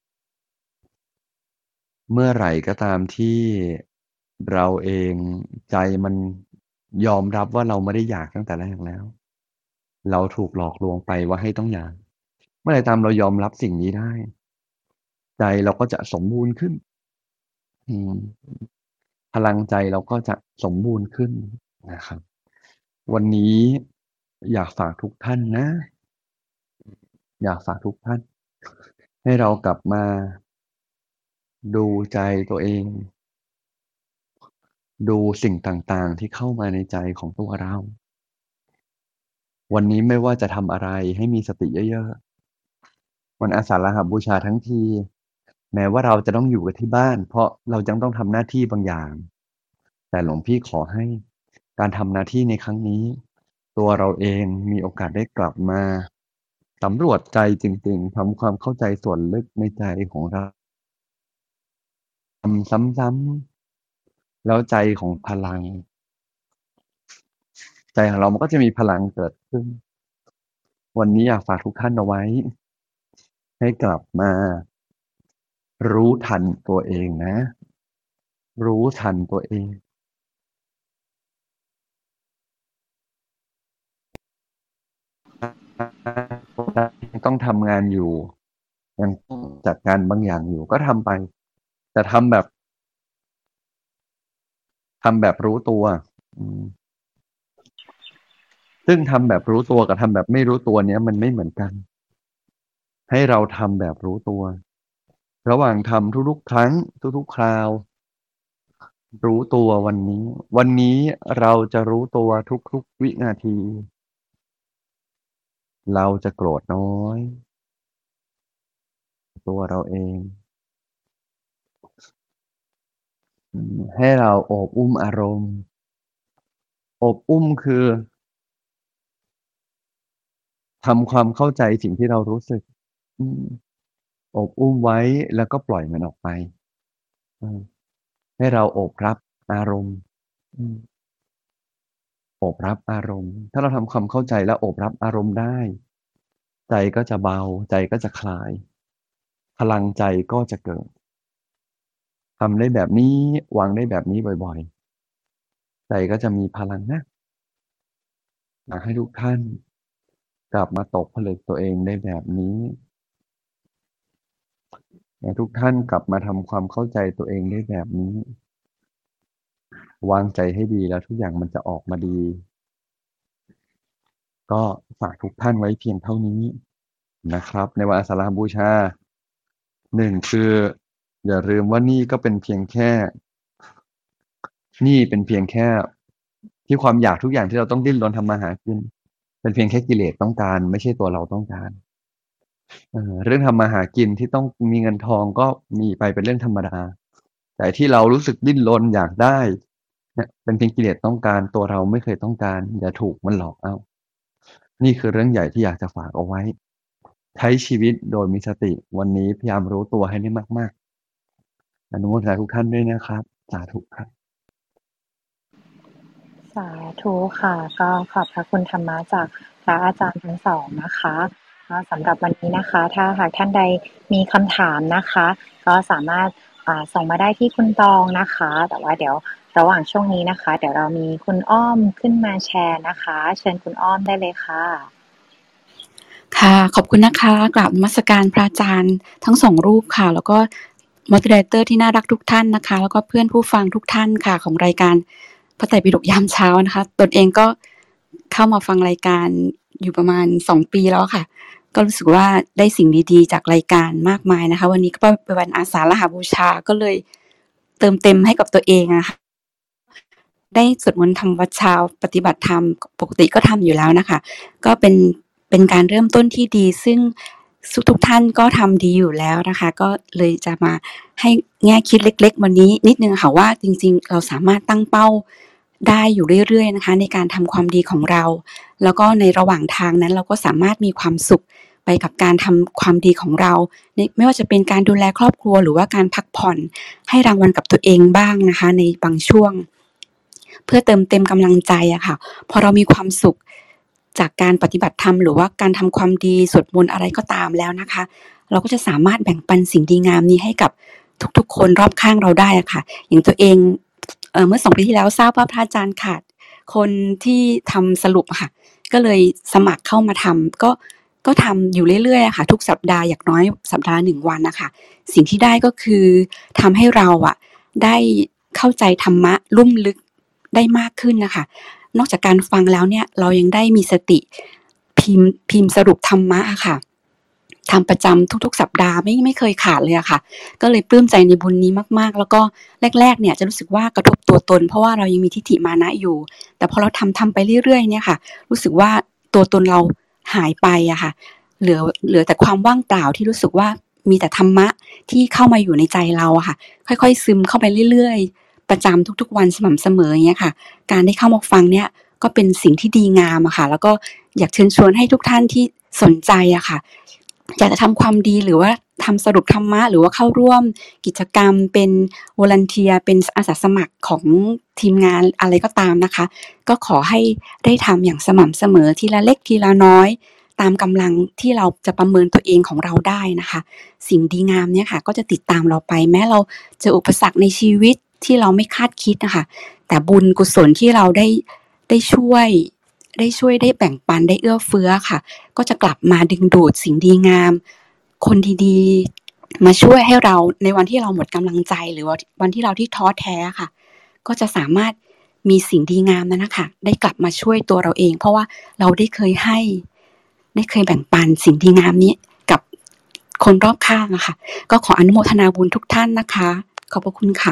เมื่อไหร่ก็ตามที่เราเองใจมันยอมรับว่าเราไม่ได้อยากตั้งแต่แรกแล้วเราถูกหลอกลวงไปว่าให้ต้องอยากเมื่อไหร่ตามเรายอมรับสิ่งนี้ได้ใจเราก็จะสมบูรณ์ขึ้นอืมพลังใจเราก็จะสมบูรณ์ขึ้นนะครับวันนี้อยากฝากทุกท่านนะอยากฝากทุกท่านให้เรากลับมาดูใจตัวเองดูสิ่งต่างๆที่เข้ามาในใจของตัวเราวันนี้ไม่ว่าจะทำอะไรให้มีสติเยอะๆวันอาสาฬหบูชาทั้งทีแม้ว่าเราจะต้องอยู่กับที่บ้านเพราะเรายังต้องทำหน้าที่บางอย่างแต่หลวงพี่ขอให้การทำหน้าที่ในครั้งนี้ตัวเราเองมีโอกาสได้กลับมาสำรวจใจจริงๆทำความเข้าใจส่วนลึกในใจของเราทำซ้ำๆแล้วใจของพลังใจของเรามันก็จะมีพลังเกิดขึ้นวันนี้อยากฝากทุกท่านเอาไว้ให้กลับมารู้ทันตัวเองนะรู้ทันตัวเองยังต้องทำงานอยู่ยังต้องจัดการบางอย่างอยู่ก็ทำไปแต่ทำแบบทำแบบรู้ตัวอืมซึ่งทำแบบรู้ตัวกับทำแบบไม่รู้ตัวเนี้ยมันไม่เหมือนกันให้เราทำแบบรู้ตัวระหว่างทำทุกๆครั้งทุกๆคราวรู้ตัววันนี้วันนี้เราจะรู้ตัวทุกๆวินาทีเราจะโกรธน้อยตัวเราเองอืมให้เราโอบอุ้มอารมณ์โอบอุ้มคือทำความเข้าใจสิ่งที่เรารู้สึกอืมโอบอุ้มไว้แล้วก็ปล่อยมันออกไปอืมให้เราโอบรับอารมณ์อืมโอบรับอารมณ์ถ้าเราทำความเข้าใจและโอบรับอารมณ์ได้ใจก็จะเบาใจก็จะคลายพลังใจก็จะเกิดทำได้แบบนี้วางได้แบบนี้บ่อยๆใจก็จะมีพลังนะอยากให้ทุกท่านกลับมาตกผลึกตัวเองได้แบบนี้ให้ทุกท่านกลับมาทำความเข้าใจตัวเองได้แบบนี้ วางใจให้ดีแล้วทุกอย่างมันจะออกมาดี ก็ฝากทุกท่านไว้เพียงเท่านี้นะครับ ในวันอาสาฬหบูชาหนึ่งคืออย่าลืมว่านี่ก็เป็นเพียงแค่ นี่เป็นเพียงแค่ที่ความอยากทุกอย่างที่เราต้องดิ้นรนทำมาหากินเป็นเพียงแค่กิเลสต้องการ ไม่ใช่ตัวเราต้องการเอ่อเรื่องทำมาหากินที่ต้องมีเงินทองก็มีไปเป็นเรื่องธรรมดา แต่ที่เรารู้สึกดิ้นรนอยากได้เนี่ยเป็นเพียงกิเลสต้องการตัวเราไม่เคยต้องการอย่าถูกมันหลอกเอานี่คือเรื่องใหญ่ที่อยากจะฝากเอาไว้ ใช้ชีวิตโดยมีสติวันนี้พยายามรู้ตัวให้ได้มากๆอนุโมทนาทุกท่านด้วยนะครับสาธุครับสาธุค่ะก็ขอบพระคุณธรรมะจากพระอาจารย์ทั้งสองนะคะก็สำหรับวันนี้นะคะ ถ้าหากท่านใดมีคำถามนะคะ ก็สามารถอ่าส่งมาได้ที่คุณตองนะคะ แต่ว่าเดี๋ยวระหว่างช่วงนี้นะคะ เดี๋ยวเรามีคุณอ้อมขึ้นมาแชร์นะคะ เชิญคุณอ้อมได้เลยค่ะค่ะขอบคุณนะคะกราบนมัสการพระอาจารย์ทั้งสองรูปค่ะแล้วก็มอดเรเตอร์ที่น่ารักทุกท่านนะคะแล้วก็เพื่อนผู้ฟังทุกท่านค่ะของรายการพระไตรปิฎกยามเช้านะคะตนเองก็เข้ามาฟังรายการอยู่ประมาณสองปีแล้วค่ะก็รู้สึกว่าได้สิ่งดีๆจากรายการมากมายนะคะวันนี้ก็เป็นวันอาสาฬหบูชาก็เลยเติมเต็มให้กับตัวเองอะค่ะได้สวดมนต์ทำวัดเช้าปฏิบัติธรรมปกติก็ทำอยู่แล้วนะคะก็เป็น เป็นการเริ่มต้นที่ดีซึ่งทุกท่านก็ทำดีอยู่แล้วนะคะก็เลยจะมาให้แง่คิดเล็กๆวันนี้นิดนึงค่ะว่าจริงๆเราสามารถตั้งเป้าได้อยู่เรื่อยๆนะคะในการทำความดีของเราแล้วก็ในระหว่างทางนั้นเราก็สามารถมีความสุขไปกับการทำความดีของเราไม่ว่าจะเป็นการดูแลครอบครัวหรือว่าการพักผ่อนให้รางวัลกับตัวเองบ้างนะคะในบางช่วงเพื่อเติมเต็มกำลังใจอะค่ะพอเรามีความสุข จากการปฏิบัติธรรมหรือว่าการทำความดีสวดมนต์อะไรก็ตามแล้วนะคะเราก็จะสามารถแบ่งปันสิ่งดีงามนี้ให้กับทุกๆคนรอบข้างเราได้อะค่ะอย่างตัวเองเอ่อเมื่อสองปีที่แล้วทราบว่าพระอาจารย์ขาดคนที่ทำสรุปอะค่ะก็เลยสมัครเข้ามาทำก็ก็ทำอยู่เรื่อยๆอะค่ะทุกสัปดาห์อย่างน้อยสัปดาห์ละหนึ่งวันน่ะค่ะสิ่งที่ได้ก็คือทำให้เราอะได้เข้าใจธรรมะลุ่มลึกได้มากขึ้นน่ะค่ะ นอกจากการฟังแล้วเนี่ยเรายังได้มีสติพิมพ์พิมพ์สรุปธรรมะอะค่ะทำประจำทุกๆสัปดาห์ไม่ไม่เคยขาดเลยอะค่ะก็เลยปลื้มใจในบุญนี้มากๆแล้วก็แรกๆเนี่ยจะรู้สึกว่ากระทบตัวตนเพราะว่าเรายังมีทิฏฐิมานะอยู่แต่พอเราทำทำไปเรื่อยๆเนี่ยค่ะรู้สึกว่าตัวตนเราหายไปอะค่ะเหลือเหลือแต่ความว่างเปล่าที่รู้สึกว่ามีแต่ธรรมะที่เข้ามาอยู่ในใจเราอะค่ะค่อยๆซึมเข้าไปเรื่อยๆประจำทุกๆวันสม่ำเสมออย่างเงี้ยค่ะ การได้เข้ามาฟังเนี่ยก็เป็นสิ่งที่ดีงามอะค่ะแล้วก็อยากเชิญชวนให้ทุกท่านที่สนใจอะค่ะอยากจะทำความดีหรือว่าทำสรุปธรรมะหรือว่าเข้าร่วมกิจกรรมเป็นวอลันเทียเป็นอาสาสมัครของทีมงานอะไรก็ตามนะคะก็ขอให้ได้ทำอย่างสม่ำเสมอทีละเล็กทีละน้อยตามกำลังที่เราจะประเมินตัวเองของเราได้นะคะสิ่งดีงามเนี่ยค่ะก็จะติดตามเราไปแม้เราเจออุปสรรคในชีวิตที่เราไม่คาดคิดนะคะ แต่บุญกุศลที่เราได้ได้ช่วยได้ช่วยได้แบ่งปันได้เอื้อเฟื้อค่ะก็จะกลับมาดึงดูดสิ่งดีงามคนดีๆมาช่วยให้เราในวันที่เราหมดกำลังใจหรือว่าวันที่เราที่ท้อแท้ค่ะก็จะสามารถมีสิ่งดีงามนั้นนะคะได้กลับมาช่วยตัวเราเองเพราะว่าเราได้เคยให้ได้เคยแบ่งปันสิ่งดีงามนี้กับคนรอบข้างอะค่ะก็ขออนุโมทนาบุญทุกท่านนะคะขอบพระคุณค่ะ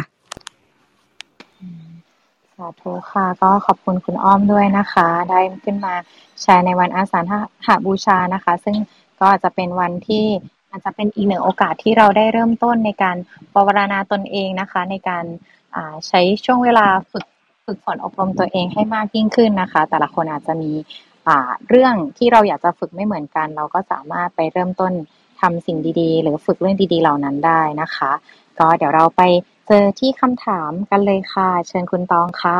สาธุค่ะก็ขอบคุณคุณอ้อมด้วยนะคะได้ขึ้นมาแชร์ในวันอาสาฬหบูชานะคะซึ่งก็อาจจะเป็นวันที่อาจจะเป็นอีกหนึ่งโอกาสที่เราได้เริ่มต้นในการภาวนาตนเองนะคะในการอ่าใช้ช่วงเวลาฝึกฝึกฝนอบรมตัวเองให้มากยิ่งขึ้นนะคะแต่ละคนอาจจะมีอ่าเรื่องที่เราอยากจะฝึกไม่เหมือนกันเราก็สามารถไปเริ่มต้นทำสิ่งดีๆหรือฝึกเรื่องดีๆเหล่านั้นได้นะคะก็เดี๋ยวเราไปเจอที่คำถามกันเลยค่ะเชิญคุณตองค่ะ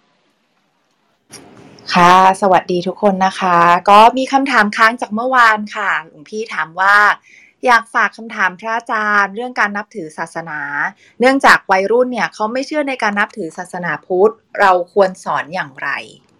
ค่ะสวัสดีทุกคนนะคะก็มีคำถามค้างจากเมื่อวานค่ะหลวงพี่ถามว่าอยากฝากคำถามพระอาจารย์เรื่องการนับถือศาสนาเนื่องจากวัยรุ่นเนี่ยเขาไม่เชื่อในการนับถือศาสนาพุทธเราควรสอนอย่างไร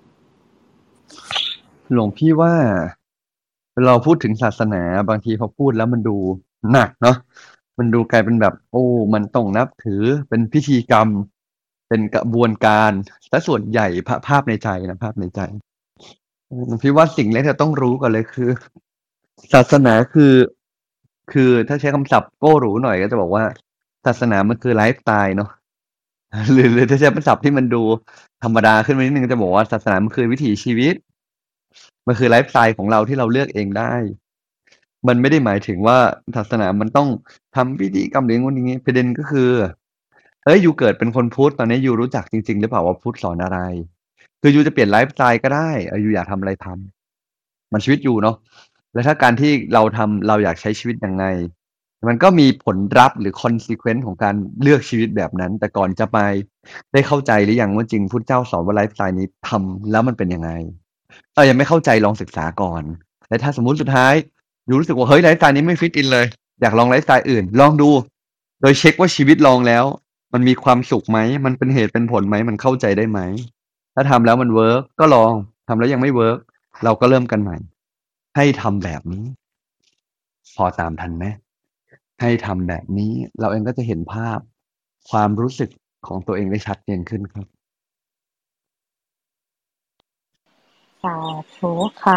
หลวงพี่ว่าเราพูดถึงศาสนาบางทีพอพูดแล้วมันดูหนักเนาะมันดูกลายเป็นแบบ โอ้ มันต้องนับถือ เป็นพิธีกรรม เป็นกระบวนการ เสียส่วนใหญ่ ภา ภาพในใจนะ ภาพในใจ อืม พี่ว่าสิ่งแรกที่เราต้องรู้ก่อนเลยคือ ศาสนาคือ คือถ้าใช้คำศัพท์โก้หรูหน่อยก็จะบอกว่า ศาสนามันคือไลฟ์สไตล์เนาะ หรือ หรือถ้าใช้คำศัพท์ที่มันดูธรรมดาขึ้นมานิดหนึ่ง ก็จะบอกว่าศาสนามันคือวิถีชีวิต มันคือไลฟ์สไตล์ของเราที่เราเลือกเองได้ มันไม่ได้หมายถึงว่าศาสนามันต้องทำพิธีกรรมหรืออย่างงู้นอย่างงี้ ประเด็นก็คือ เฮ้ย ยูเกิดเป็นคนพุทธ ตอนนี้ยูรู้จักจริง ๆ หรือเปล่าว่าพุทธสอนอะไร? คือยูจะเปลี่ยนไลฟ์สไตล์ก็ได้ เออ ยูอยากทำอะไรทำ มันชีวิตยูเนาะ แล้วถ้าการที่เราทำ เราอยากใช้ชีวิตยังไง มันก็มีผลลัพธ์หรือ consequence ของการเลือกชีวิตแบบนั้น แต่ก่อนจะไป ได้เข้าใจหรือยังว่าจริงพุทธเจ้าสอนว่าไลฟ์สไตล์นี้ทำแล้วมันเป็นยังไง? ถ้ายังไม่เข้าใจลองศึกษาก่อน และถ้าสมมุติสุดท้ายยูรู้สึกว่า เฮ้ย ไลฟ์สไตล์นี้ไม่ fit in เลย อยากลองไลฟ์สไตล์อื่น ลองดู โดยเช็กว่าชีวิตลองแล้ว มันมีความสุขไหม? มันเป็นเหตุเป็นผลไหม? มันเข้าใจได้ไหม? ถ้าทำแล้วมันเวิร์กก็ลอง ทำแล้วยังไม่เวิร์ก เราก็เริ่มกันใหม่ ให้ทำแบบนี้ พอตามทันไหม? ให้ทำแบบนี้ เราเองก็จะเห็นภาพ ความรู้สึกของตัวเองได้ชัดเจนขึ้นครับสาธุค่ะ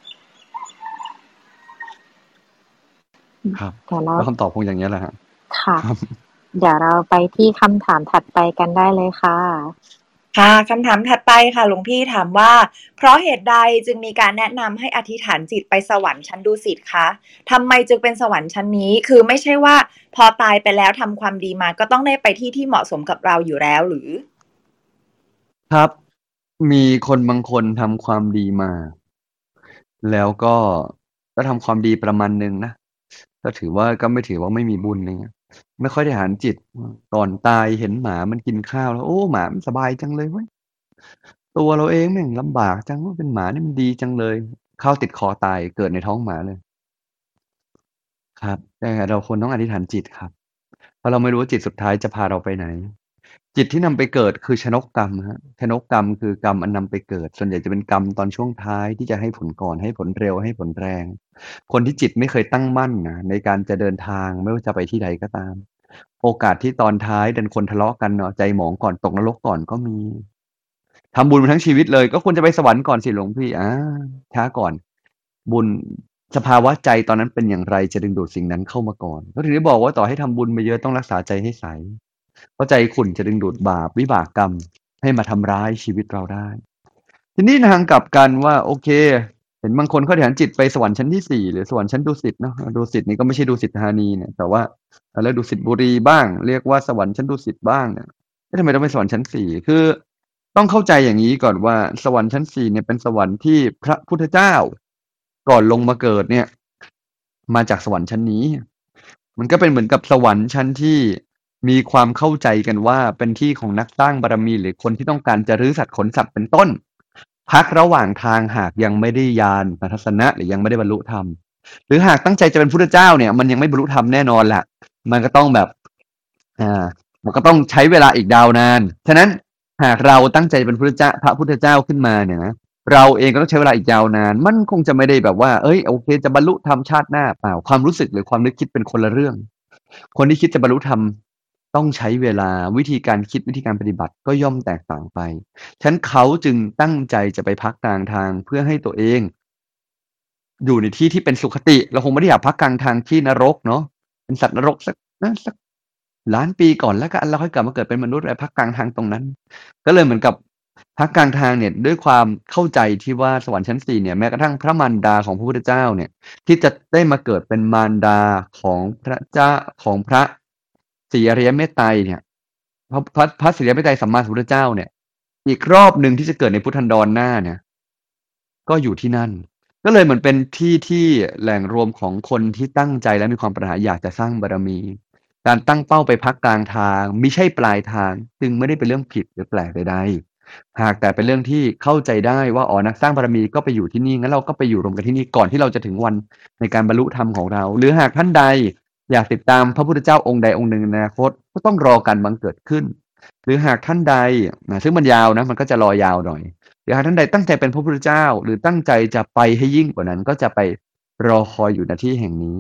อืมครับเดี๋ยวเราแล้วคำตอบคงอย่างเงี้ยแหละครับค่ะครับเดี๋ยวเราไปที่คำถามถัดไปกันได้เลยค่ะค่ะ คำถามถัดไปค่ะ หลวงพี่ถามว่า เพราะเหตุใดจึงมีการแนะนำให้อธิษฐานจิตไปสวรรค์ชั้นดุสิตคะ? ทำไมจึงเป็นสวรรค์ชั้นนี้? คือไม่ใช่ว่าพอตายไปแล้วทำความดีมา ก็ต้องได้ไปที่ที่เหมาะสมกับเราอยู่แล้วหรือ? ครับ มีคนบางคนทำความดีมา แล้วก็ ก็ทำความดีประมาณหนึ่งนะ ก็ถือว่า ก็ไม่ถือว่าไม่มีบุญ ไรเงี้ย ไม่ค่อยได้อธิษฐานจิต อืม ก่อนตายเห็นหมามันกินข้าวแล้ว โอ้ หมามันสบายจังเลยเว้ย ตัวเราเองแม่งลำบากจัง เป็นหมานี่มันดีจังเลย ข้าวติดคอตายเกิดในท้องหมาเลย ครับ แต่เราควรต้องอธิษฐานจิตครับ เพราะเราไม่รู้ว่าจิตสุดท้ายจะพาเราไปไหน จิตที่นำไปเกิดคือชนกกรรมครับ ชนกกรรมคือกรรมอันนำไปเกิด ส่วนใหญ่จะเป็นกรรมตอนช่วงท้ายที่จะให้ผลก่อน ให้ผลเร็ว ให้ผลแรง คนที่จิตไม่เคยตั้งมั่นน่ะในการจะเดินทาง ไม่ว่าจะไปที่ใดก็ตาม โอกาสที่ตอนท้ายดันคนทะเลาะกันเนาะ ใจหมองก่อน ตกนรกก่อนก็มี ทำบุญมาทั้งชีวิตเลย ก็ควรจะไปสวรรค์ก่อนสิหลวงพี่ อา ช้าก่อน บุญ สภาวะใจตอนนั้นเป็นอย่างไร จะดึงดูดสิ่งนั้นเข้ามาก่อน ก็ถึงได้บอกว่าต่อให้ทำบุญมาเยอะต้องรักษาใจให้ใส เพราะใจขุ่นจะดึงดูดบาป วิบากกรรมให้มาทำร้ายชีวิตเราได้ ทีนี้ในทางกลับกันว่า โอเค เห็นบางคนเขาอธิษฐานจิตไปสวรรค์ชั้นที่ สี่ หรือสวรรค์ชั้นดุสิตเนาะ ดุสิตนี่ก็ไม่ใช่ดุสิตธานีเนี่ย แต่ว่า เขาเรียกดุสิตบุรีบ้าง เรียกว่าสวรรค์ชั้นดุสิตบ้างเนี่ย เอ๊ะ ทำไมต้องเป็นสวรรค์ชั้น สี่ คือต้องเข้าใจอย่างงี้ก่อนว่า สวรรค์ชั้น สี่ เนี่ยเป็นสวรรค์ที่พระพุทธเจ้า ก่อนลงมาเกิดเนี่ย มาจากสวรรค์ชั้นนี้ มันก็เป็นเหมือนกับสวรรค์ชั้นที่มีความเข้าใจกันว่า เป็นที่ของนักสร้างบารมี หรือคนที่ต้องการจะรื้อสัตว์ขนสัตว์เป็นต้น พักระหว่างทางหากยังไม่ได้ญาณทัศนะ หรือยังไม่ได้บรรลุธรรม หรือหากตั้งใจจะเป็นพุทธเจ้าเนี่ย มันยังไม่บรรลุธรรมแน่นอนแหละ มันก็ต้องแบบ อ่า มันก็ต้องใช้เวลาอีกยาวนาน ฉะนั้นหากเราตั้งใจเป็นพุทธเจ้า พระพุทธเจ้าขึ้นมาเนี่ยนะ เราเองก็ต้องใช้เวลาอีกยาวนาน มันคงจะไม่ได้แบบว่า เฮ้ย โอเค จะบรรลุธรรมชาติหน้า เปล่า ความรู้สึกหรือความนึกคิดเป็นคนละเรื่อง คนที่คิดจะบรรลุธรรมต้องใช้เวลา วิธีการคิด วิธีการปฏิบัติก็ย่อมแตกต่างไป ฉะนั้นเขาจึงตั้งใจจะไปพักกลางทาง เพื่อให้ตัวเองอยู่ในที่ที่เป็นสุคติ เราคงไม่ได้อยากพักกลางทางที่นรกเนาะ เป็นสัตว์นรกสัก นะ สัก ล้านปีก่อนแล้วกัน แล้วค่อยกลับมาเกิดเป็นมนุษย์ อะไร พักกลางทางตรงนั้น ก็เลยเหมือนกับพักกลางทางเนี่ย ด้วยความเข้าใจที่ว่าสวรรค์ชั้น สี่ เนี่ย แม้กระทั่งพระมารดาของพระพุทธเจ้าเนี่ย ที่จะได้มาเกิดเป็นมารดาของพระเจ้า ของพระศรีอริยเมตไตรเนี่ย พระ พระ พระศรีอริยเมตไตรสัมมาสัมพุทธเจ้าเนี่ย อีกรอบหนึ่งที่จะเกิดในพุทธันดรหน้าเนี่ย ก็อยู่ที่นั่น ก็เลยเหมือนเป็นที่ที่แหล่งรวมของคนที่ตั้งใจและมีความปรารถนาอยากจะสร้างบารมี การตั้งเป้าไปพักกลางทางมิใช่ปลายทาง จึงไม่ได้เป็นเรื่องผิดหรือแปลกใด ๆ หากแต่เป็นเรื่องที่เข้าใจได้ว่า อ๋อ นักสร้างบารมีก็ไปอยู่ที่นี่ งั้นเราก็ไปอยู่รวมกันที่นี่ก่อนที่เราจะถึงวันในการบรรลุธรรมของเรา หรือหากท่านใดอยากติดตามพระพุทธเจ้าองค์ใดองค์หนึ่งในอนาคต ก็ต้องรอการบังเกิดขึ้น หรือหากท่านใด นะ ซึ่งมันยาวนะ มันก็จะรอยาวหน่อย หรือหากท่านใดตั้งใจเป็นพระพุทธเจ้า หรือตั้งใจจะไปให้ยิ่งกว่านั้น ก็จะไปรอคอยอยู่ ณ ที่แห่งนี้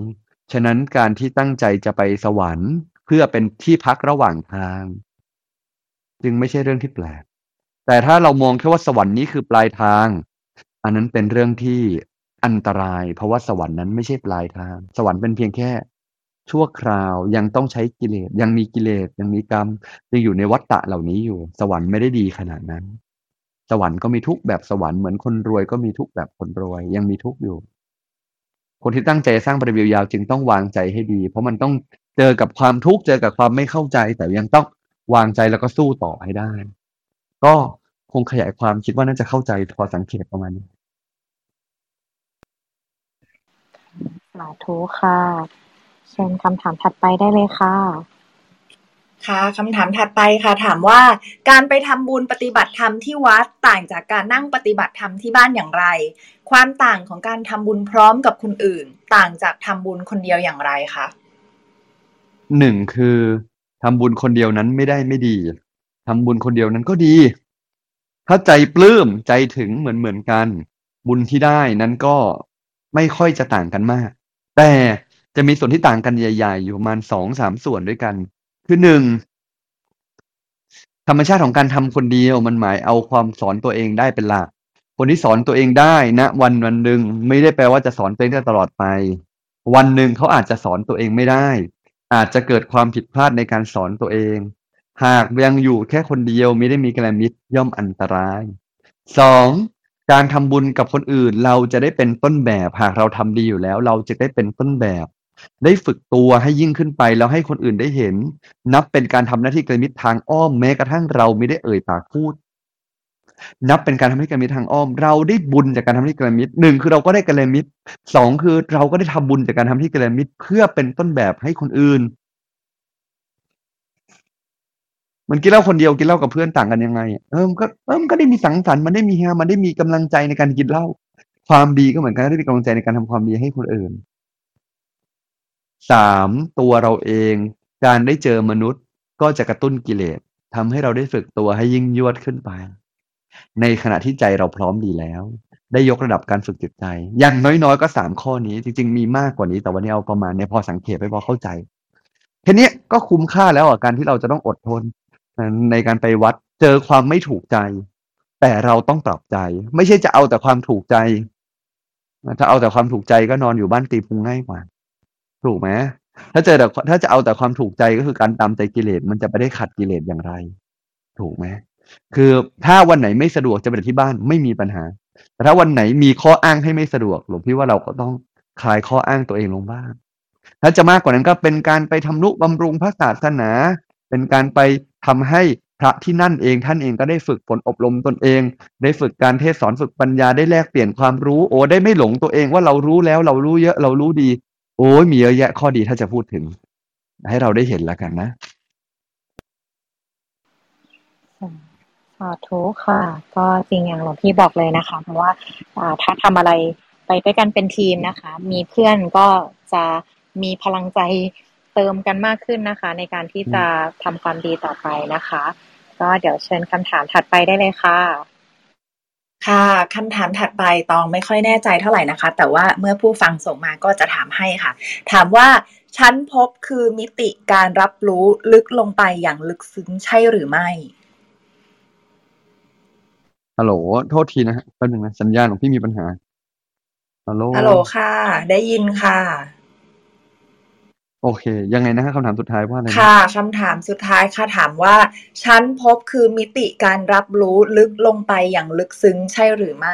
ฉะนั้นการที่ตั้งใจจะไปสวรรค์เพื่อเป็นที่พักระหว่างทางจึงไม่ใช่เรื่องที่แปลกแต่ถ้าเรามองแค่ว่าสวรรค์นี้คือปลายทางอันนั้นเป็นเรื่องที่อันตรายเพราะว่าสวรรค์นั้นไม่ใช่ปลายทางสวรรค์เป็นเพียงแค่ชั่วคราวยังต้องใช้กิเลสยังมีกิเลสยังมีกรรมยังอยู่ในวัฏฏะเหล่านี้อยู่สวรรค์ไม่ได้ดีขนาดนั้นสวรรค์ก็มีทุกข์แบบสวรรค์เหมือนคนรวยก็มีทุกข์แบบคนรวยยังมีทุกข์อยู่คนที่ตั้งใจสร้างบารมียาวจึงต้องวางใจให้ดีเพราะมันต้องเจอกับความทุกข์เจอกับความไม่เข้าใจแต่ยังต้องวางใจแล้วก็สู้ต่อให้ได้ก็คงขยายความคิดว่าน่าจะเข้าใจพอสังเกตประมาณนี้สาธุค่ะเชิญคำถามถัดไปได้เลยค่ะค่ะคำถามถัดไปค่ะถามว่าการไปทำบุญปฏิบัติธรรมที่วัดต่างจากการนั่งปฏิบัติธรรมที่บ้านอย่างไรความต่างของการทำบุญพร้อมกับคนอื่นต่างจากทำบุญคนเดียวอย่างไรคะหนึ่งคือทำบุญคนเดียวนั้นไม่ได้ไม่ดีทำบุญคนเดียวนั้นก็ดีถ้าใจปลื้มใจถึงเหมือนเหมือนกันบุญที่ได้นั้นก็ไม่ค่อยจะต่างกันมากแต่จะมีส่วนที่ต่างกันใหญ่ๆอยู่ประมาณสองสามส่วนด้วยกันคือหนึ่งธรรมชาติของการทำคนเดียวมันหมายเอาความสอนตัวเองได้เป็นหลักคนที่สอนตัวเองได้ณวันวันหนึ่งไม่ได้แปลว่าจะสอนตัวเองได้ตลอดไปวันหนึ่งเขาอาจจะสอนตัวเองไม่ได้อาจจะเกิดความผิดพลาดในการสอนตัวเองหากยังอยู่แค่คนเดียวไม่ได้มีกัลยาณมิตรย่อมอันตรายสองการทำบุญกับคนอื่นเราจะได้เป็นต้นแบบหากเราทำดีอยู่แล้วเราจะได้เป็นต้นแบบได้ฝึกตัวให้ยิ่งขึ้นไปแล้วให้คนอื่นได้เห็นนับเป็นการทำหน้าที่กัลยาณมิตรทางอ้อมแม้กระทั่งเราไม่ได้เอ่ยปากพูดนับเป็นการทำให้กัลยาณมิตรทางอ้อมเราได้บุญจากการทำให้กัลยาณมิตรหนึ่งคือเราก็ได้กัลยาณมิตรสองคือเราก็ได้ทำบุญจากการทำให้กัลยาณมิตรเพื่อเป็นต้นแบบให้คนอื่นมันกินเหล้าคนเดียวกินเหล้ากับเพื่อนต่างกันยังไงเออมันก็เออมันก็ได้มีสังสรรค์มันได้มีฮามันได้มีกำลังใจในการกินเหล้าความดีก็เหมือนกันได้มีกำลังใจในการทำความดีให้คนอื่นสามตัวเราเองการได้เจอมนุษย์ก็จะกระตุ้นกิเลสทำให้เราได้ฝึกตัวให้ยิ่งยวดขึ้นไปในขณะที่ใจเราพร้อมดีแล้วได้ยกระดับการฝึกจิตใจอย่างน้อยๆก็สามข้อนี้จริงๆมีมากกว่านี้แต่วันนี้เอาประมาณนี้พอสังเกตไปพอเข้าใจแค่นี้ก็คุ้มค่าแล้วอ่ะการที่เราจะต้องอดทนในการไปวัดเจอความไม่ถูกใจแต่เราต้องปรับใจไม่ใช่จะเอาแต่ความถูกใจถ้าเอาแต่ความถูกใจก็นอนอยู่บ้านตีพุงง่ายกว่าถูกไหมถ้าเจอแต่ถ้าจะเอาแต่ความถูกใจก็คือการตามใจกิเลสมันจะไม่ได้ขัดกิเลสอย่างไรถูกไหมคือถ้าวันไหนไม่สะดวกจะไปที่บ้านไม่มีปัญหาแต่ถ้าวันไหนมีข้ออ้างให้ไม่สะดวกหลวงพี่ว่าเราก็ต้องคลายข้ออ้างตัวเองลงบ้างถ้าจะมากกว่านั้นก็เป็นการไปทำนุบำรุงพระศาสนาเป็นการไปทำให้พระที่นั่นเองท่านเองก็ได้ฝึกฝนอบรมตนเองได้ฝึกการเทศสอนฝึกปัญญาได้แลกเปลี่ยนความรู้โอ้ได้ไม่หลงตัวเองว่าเรารู้แล้วเรารู้เยอะเรารู้ดีโอ้ยมีเยอะแยะข้อดีถ้าจะพูดถึงให้เราได้เห็นแล้วกันนะสาธุค่ะก็จริงอย่างหลวงพี่บอกเลยนะคะเพราะว่าถ้าทำอะไรไปด้วยกันเป็นทีมนะคะมีเพื่อนก็จะมีพลังใจเติมกันมากขึ้นนะคะในการที่จะทำความดีต่อไปนะคะก็เดี๋ยวเชิญคำถามถัดไปได้เลยค่ะค่ะคำถามถัดไปตองไม่ค่อยแน่ใจเท่าไหร่นะคะแต่ว่าเมื่อผู้ฟังส่งมาก็จะถามให้ค่ะถามว่าชั้นภพคือมิติการรับรู้ลึกลงไปอย่างลึกซึ้งใช่หรือไม่ฮัลโหลโทษทีนะฮะแป๊บนึงนะสัญญาณของพี่มีปัญหาฮัลโหลฮัลโหลค่ะได้ยินค่ะโอเคยังไงนะฮะคำถามสุดท้ายว่าอะไรนะค่ะคำถามสุดท้ายค่ะถามว่าชั้นภพคือมิติการรับรู้ลึกลงไปอย่างลึกซึ้งใช่หรือไม่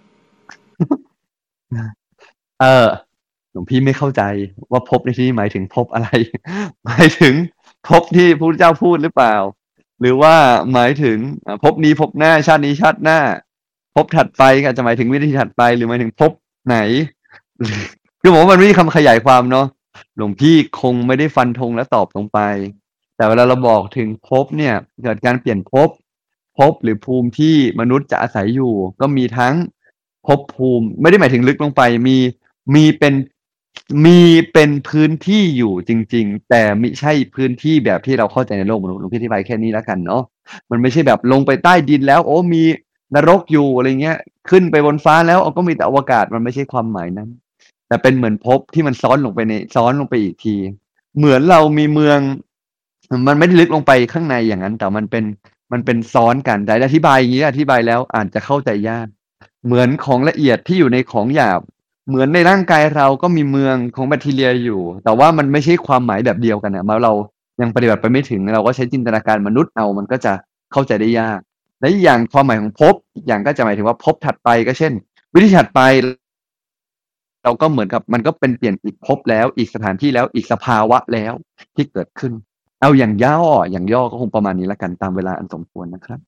เออหลวงพี่ไม่เข้าใจว่าภพในที่นี้หมายถึงภพอะไร หมายถึงภพที่พระพุทธเจ้าพูดหรือเปล่า หรือว่าหมายถึงภพนี้ภพหน้าชาตินี้ชาติหน้าภพถัดไปก็อาจจะหมายถึงวิธีถัดไปหรือหมายถึงภพไหน คือผมว่ามันไม่มีคำขยายความเนาะหลวงพี่คงไม่ได้ฟันธงและตอบลงไป แต่เวลาเราบอกถึงภพเนี่ยเกิดการเปลี่ยนภพภพหรือภูมิที่มนุษย์จะอาศัยอยู่ ก็มีทั้งภพภูมิไม่ได้หมายถึงลึกลงไปมีมีเป็นมีเป็นพื้นที่อยู่จริงๆแต่ไม่ใช่พื้นที่แบบที่เราเข้าใจในโลกมนุษย์หลวงพี่อธิบายแค่นี้แล้วกันเนาะมันไม่ใช่แบบลงไปใต้ดินแล้วโอ้มีนรกอยู่อะไรเงี้ยขึ้นไปบนฟ้าแล้วก็มีแต่อวกาศมันไม่ใช่ความหมายนั้นแต่เป็นเหมือนภพที่มันซ้อนลงไปในซ้อนลงไปอีกที เหมือนเรามีเมือง มันไม่ได้ลึกลงไปข้างในอย่างนั้น แต่มันเป็นมันเป็นซ้อนกันแต่อธิบายอย่างนี้อธิบายแล้วอาจจะเข้าใจยากเหมือนของละเอียดที่อยู่ในของหยาบ เหมือนในร่างกายเราก็มีเมืองของแบคทีเรียอยู่ แต่ว่ามันไม่ใช่ความหมายแบบเดียวกันนะมาเรายังปฏิบัติไปไม่ถึงเราก็ใช้จินตนาการมนุษย์เอามันก็จะเข้าใจได้ยากและอีกอย่างความหมายของภพอีกอย่างก็จะหมายถึงว่าภพถัดไปก็เช่น วิธีถัดไป เราก็เหมือนกับมันก็เป็นเปลี่ยนอีกภพแล้วอีกสถานที่แล้วอีกสภาวะแล้วที่เกิดขึ้น เอาอย่างย่ออย่างย่อก็คงประมาณนี้ละกันตามเวลาอันสมควรนะครับ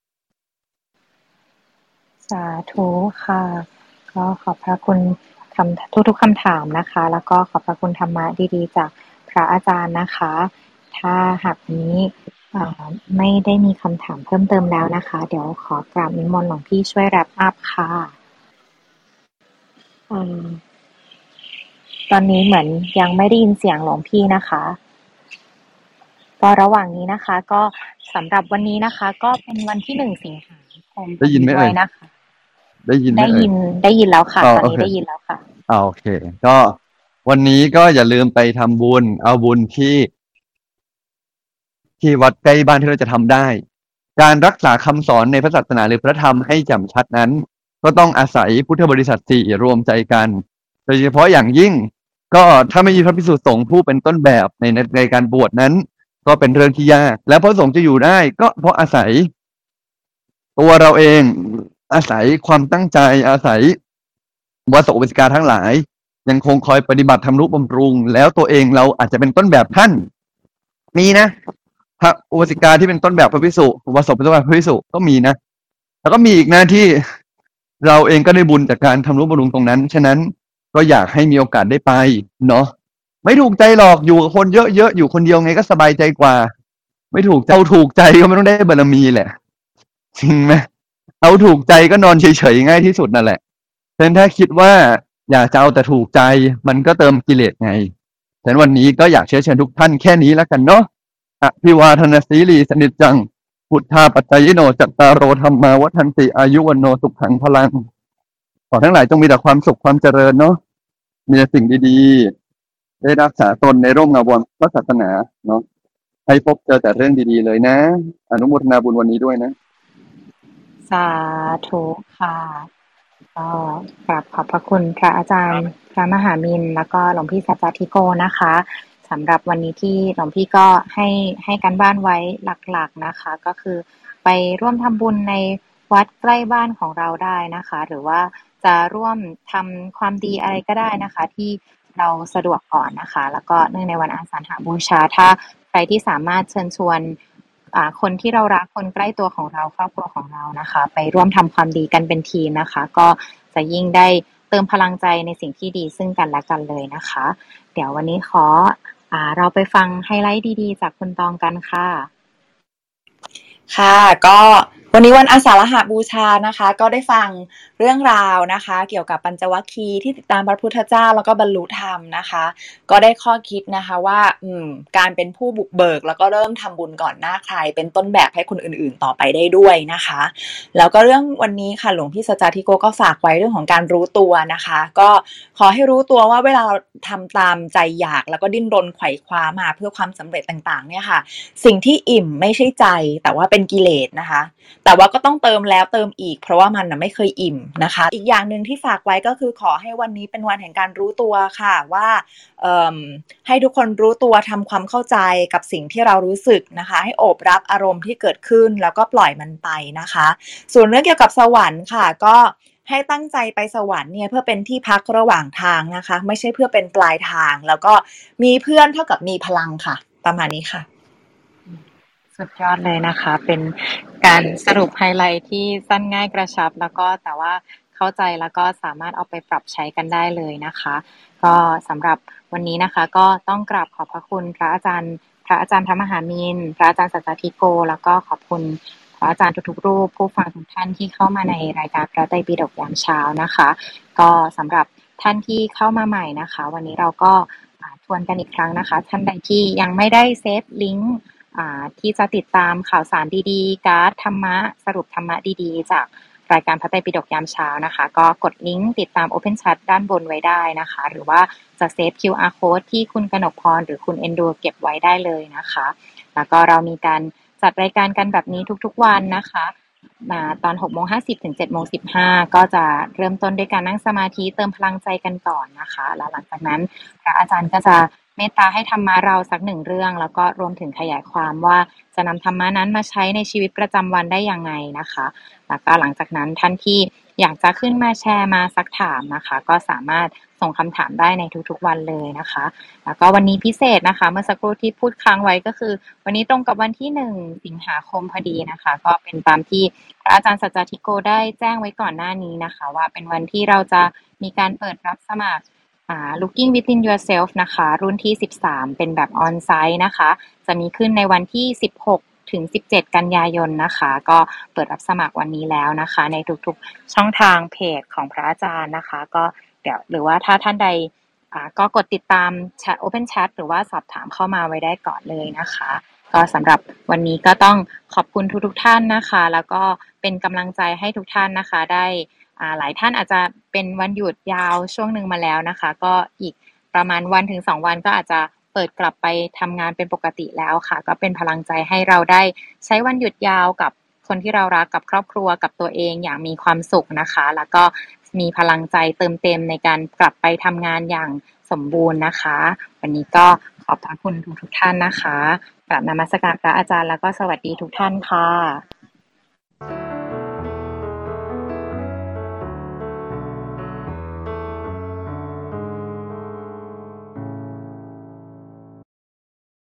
สาธุค่ะก็ขอบพระคุณคำทุกๆคำถามนะคะ แล้วก็ขอบพระคุณธรรมะดีๆจากพระอาจารย์นะคะ ถ้าหากนี้อ่าไม่ได้มีคำถามเพิ่มเติมแล้วนะคะ เดี๋ยวขอกราบนิมนต์หลวงพี่ช่วยแรปอัพค่ะอืมตอนนี้เหมือนยังไม่ได้ยินเสียงหลวงพี่นะคะ ก็ระหว่างนี้นะคะ ก็สำหรับวันนี้นะคะ ก็เป็นวันที่หนึ่งสิงหาคมได้ยินไหมด้เอ่วยยนะคะได้ยินไหมได้เอ่ยิยนได้ยินแล้วค่ะอ๋อตอนโอนี้เคได้ยินแล้วค่ะอ่าโอเค ก็วันนี้ก็อย่าลืมไปทำบุญ เอาบุญที่ ที่วัดใกล้บ้านที่เราจะทำได้ การรักษาคำสอนในพระศาสนาหรือพระธรรมให้แจ่มชัดนั้น ก็ต้องอาศัยพุทธบริษัทสี่รวมใจกัน โดยเฉพาะอย่างยิ่ง ก็ถ้าไม่มีพระภิกษุสงฆ์ผู้เป็นต้นแบบในในในการบวชนั้น ก็เป็นเรื่องที่ยาก และพระสงฆ์จะอยู่ได้ ก็เพราะอาศัย ตัวเราเองอาศัยความตั้งใจอาศัยวาสกอุบาสิกาทั้งหลาย ยังคงคอยปฏิบัติธรรมนุบำรุง แล้วตัวเองเราอาจจะเป็นต้นแบบท่าน มีนะ พระอุบาสิกาที่เป็นต้นแบบพระภิกษุอุบาสกเป็นต้นแบบพระภิกษุก็มีนะ แล้วก็มีอีกหน้าที่ เราเองก็ได้บุญจากการทำนุบำรุงตรงนั้น ฉะนั้นก็อยากให้มีโอกาสได้ไปเนาะไม่ถูกใจหรอกอยู่กับคนเยอะๆอยู่คนเดียวไงก็สบายใจกว่า ไม่ถูกใจเอาถูกใจก็ไม่ต้องได้บารมีแหละ จริงไหมเอาถูกใจก็นอนเฉยๆง่ายที่สุดนั่นแหละฉะนั้นถ้าคิดว่าอยากจะเอาแต่ถูกใจมันก็เติมกิเลสไงฉะนั้นวันนี้ก็อยากเชิญเชิญทุกท่านแค่นี้แล้วกันเนาะอภิวาทนาสีลีสนิจจังพุทธาปัจจยโนจัตตารโรธรรมาวัฏันติอายุวันโนสุขังพลังขอทั้งหลายจงมีแต่ความสุขความเจริญเนาะมีแต่สิ่งดีๆได้รักษาตนในร่มเงาบนพระศาสนาเนาะให้พบเจอแต่เรื่องดีๆเลยนะอนุโมทนาบุญวันนี้ด้วยนะสาธุค่ะก็กราบขอบพระคุณพระอาจารย์พระมหามินแล้วก็หลวงพี่สัจจทิโกนะคะสำหรับวันนี้ที่หลวงพี่ก็ให้ให้การบ้านไว้หลักๆนะคะก็คือไปร่วมทำบุญในวัดใกล้บ้านของเราได้นะคะหรือว่าจะร่วมทำความดีอะไรก็ได้นะคะที่เราสะดวกก่อนนะคะแล้วก็เนื่องในวันอาสาฬหบูชาถ้าใครที่สามารถเชิญชวนคนที่เรารักคนใกล้ตัวของเราครอบครัวของเรานะคะไปร่วมทำความดีกันเป็นทีมนะคะก็จะยิ่งได้เติมพลังใจในสิ่งที่ดีซึ่งกันและกันเลยนะคะเดี๋ยววันนี้ขออ่าเราไปฟังไฮไลท์ดีๆจากคุณตองกันค่ะค่ะก็วันนี้วันอาสาฬหบูชานะคะก็ได้ฟังเรื่องราวนะคะเกี่ยวกับปัญจวัคคีย์ที่ติดตามพระพุทธเจ้าแล้วก็บรรลุธรรมนะคะก็ได้ข้อคิดนะคะว่าอืมการเป็นผู้บุกเบิกแล้วก็เริ่มทำบุญก่อนหน้าใครเป็นต้นแบบให้คนอื่นๆต่อไปได้ด้วยนะคะแล้วก็เรื่องวันนี้ค่ะหลวงพี่สัจจทิโกก็ฝากไว้เรื่องของการรู้ตัวนะคะก็ขอให้รู้ตัวว่าเวลาเราทำตามใจอยากแล้วก็ดิ้นรนไขว่คว้ามาเพื่อความสำเร็จต่างๆเนี่ยค่ะสิ่งที่อิ่มไม่ใช่ใจแต่ว่าเป็นกิเลสนะคะแต่ว่าก็ต้องเติมแล้วเติมอีกเพราะว่ามันนะไม่เคยอิ่มนะคะอีกอย่างนึงที่ฝากไว้ก็คือขอให้วันนี้เป็นวันแห่งการรู้ตัวค่ะว่าเอ่อให้ทุกคนรู้ตัวทำความเข้าใจกับสิ่งที่เรารู้สึกนะคะให้โอบรับอารมณ์ที่เกิดขึ้นแล้วก็ปล่อยมันไปนะคะส่วนเรื่องเกี่ยวกับสวรรค์ค่ะก็ให้ตั้งใจไปสวรรค์เนี่ยเพื่อเป็นที่พักระหว่างทางนะคะไม่ใช่เพื่อเป็นปลายทางแล้วก็มีเพื่อนเท่ากับมีพลังค่ะประมาณนี้ค่ะสุดยอดเลยนะคะเป็นการสรุปไฮไลท์ที่สั้นง่ายกระชับแล้วก็แต่ว่าเข้าใจแล้วก็สามารถเอาไปปรับใช้กันได้เลยนะคะก็สำหรับวันนี้นะคะก็ต้องกราบขอบพระคุณพระอาจารย์พระอาจารย์พระมหามินพระอาจารย์สัจจทิโกแล้วก็ขอบคุณพระอาจารย์ทุกๆรูปผู้ฟังทุกท่านที่เข้ามาในรายการพระไตรปิฎกยามเช้านะคะก็สำหรับท่านที่เข้ามาใหม่นะคะวันนี้เราก็ทวนกันอีกครั้งนะคะท่านใดที่ยังไม่ได้เซฟลิงก์ที่จะติดตามข่าวสารดีๆการ์ดธรรมะสรุปธรรมะดีๆจากรายการพระไตรปิฎกยามเช้านะคะก็กดลิงก์ติดตาม Open Chat ด้านบนไว้ได้นะคะหรือว่าจะเซฟ คิว อาร์ Code ที่คุณกนกพรหรือคุณเอนดูเก็บไว้ได้เลยนะคะแล้วก็เรามีการจัดรายการกันแบบนี้ทุกๆวันนะคะมาตอน หกโมงห้าสิบ ถึง เจ็ดโมงสิบห้า ก็จะเริ่มต้นด้วยการนั่งสมาธิเติมพลังใจกันก่อนนะคะแล้วหลังจากนั้นพระอาจารย์ก็จะเมตตาให้ธรรมะเราสักหนึ่งเรื่องแล้วก็รวมถึงขยายความว่าจะนำธรรมะนั้นมาใช้ในชีวิตประจำวันได้ยังไงนะคะแล้วก็หลังจากนั้นท่านที่อยากจะขึ้นมาแชร์มาซักถามนะคะก็สามารถส่งคำถามได้ในทุกๆวันเลยนะคะแล้วก็วันนี้พิเศษนะคะเมื่อสักครู่ที่พูดค้างไว้ก็คือวันนี้ตรงกับวันที่หนึ่งสิงหาคมพอดีนะคะก็เป็นตามที่พระอาจารย์สัจจทิโกได้แจ้งไว้ก่อนหน้านี้นะคะว่าเป็นวันที่เราจะมีการเปิดรับสมัครอ่า Looking Within Yourself นะคะรุ่นที่สิบสามเป็นแบบออนไซต์นะคะจะมีขึ้นในวันที่สิบหกถึงสิบเจ็ดกันยายนนะคะก็เปิดรับสมัครวันนี้แล้วนะคะในทุกๆช่องทางเพจของพระอาจารย์นะคะก็เดี๋ยวหรือว่าถ้าท่านใดอ่าก็กดติดตาม Chat Open Chat หรือว่าสอบถามเข้ามาไว้ได้ก่อนเลยนะคะก็สำหรับวันนี้ก็ต้องขอบคุณทุกๆท่านนะคะแล้วก็เป็นกำลังใจให้ทุกท่านนะคะได้อ่าหลายท่านอาจจะเป็นวันหยุดยาวช่วงหนึ่งมาแล้วนะคะก็อีกประมาณวันถึงสองวันก็อาจจะเปิดกลับไปทำงานเป็นปกติแล้วค่ะก็เป็นพลังใจให้เราได้ใช้วันหยุดยาวกับคนที่เรารักกับครอบครัวกับตัวเองอย่างมีความสุขนะคะแล้วก็มีพลังใจเติมเต็มในการกลับไปทำงานอย่างสมบูรณ์นะคะวันนี้ก็ขอบพระคุณทุกๆท่านนะคะกราบนมัสการพระอาจารย์แล้วก็สวัสดีทุกท่านค่ะ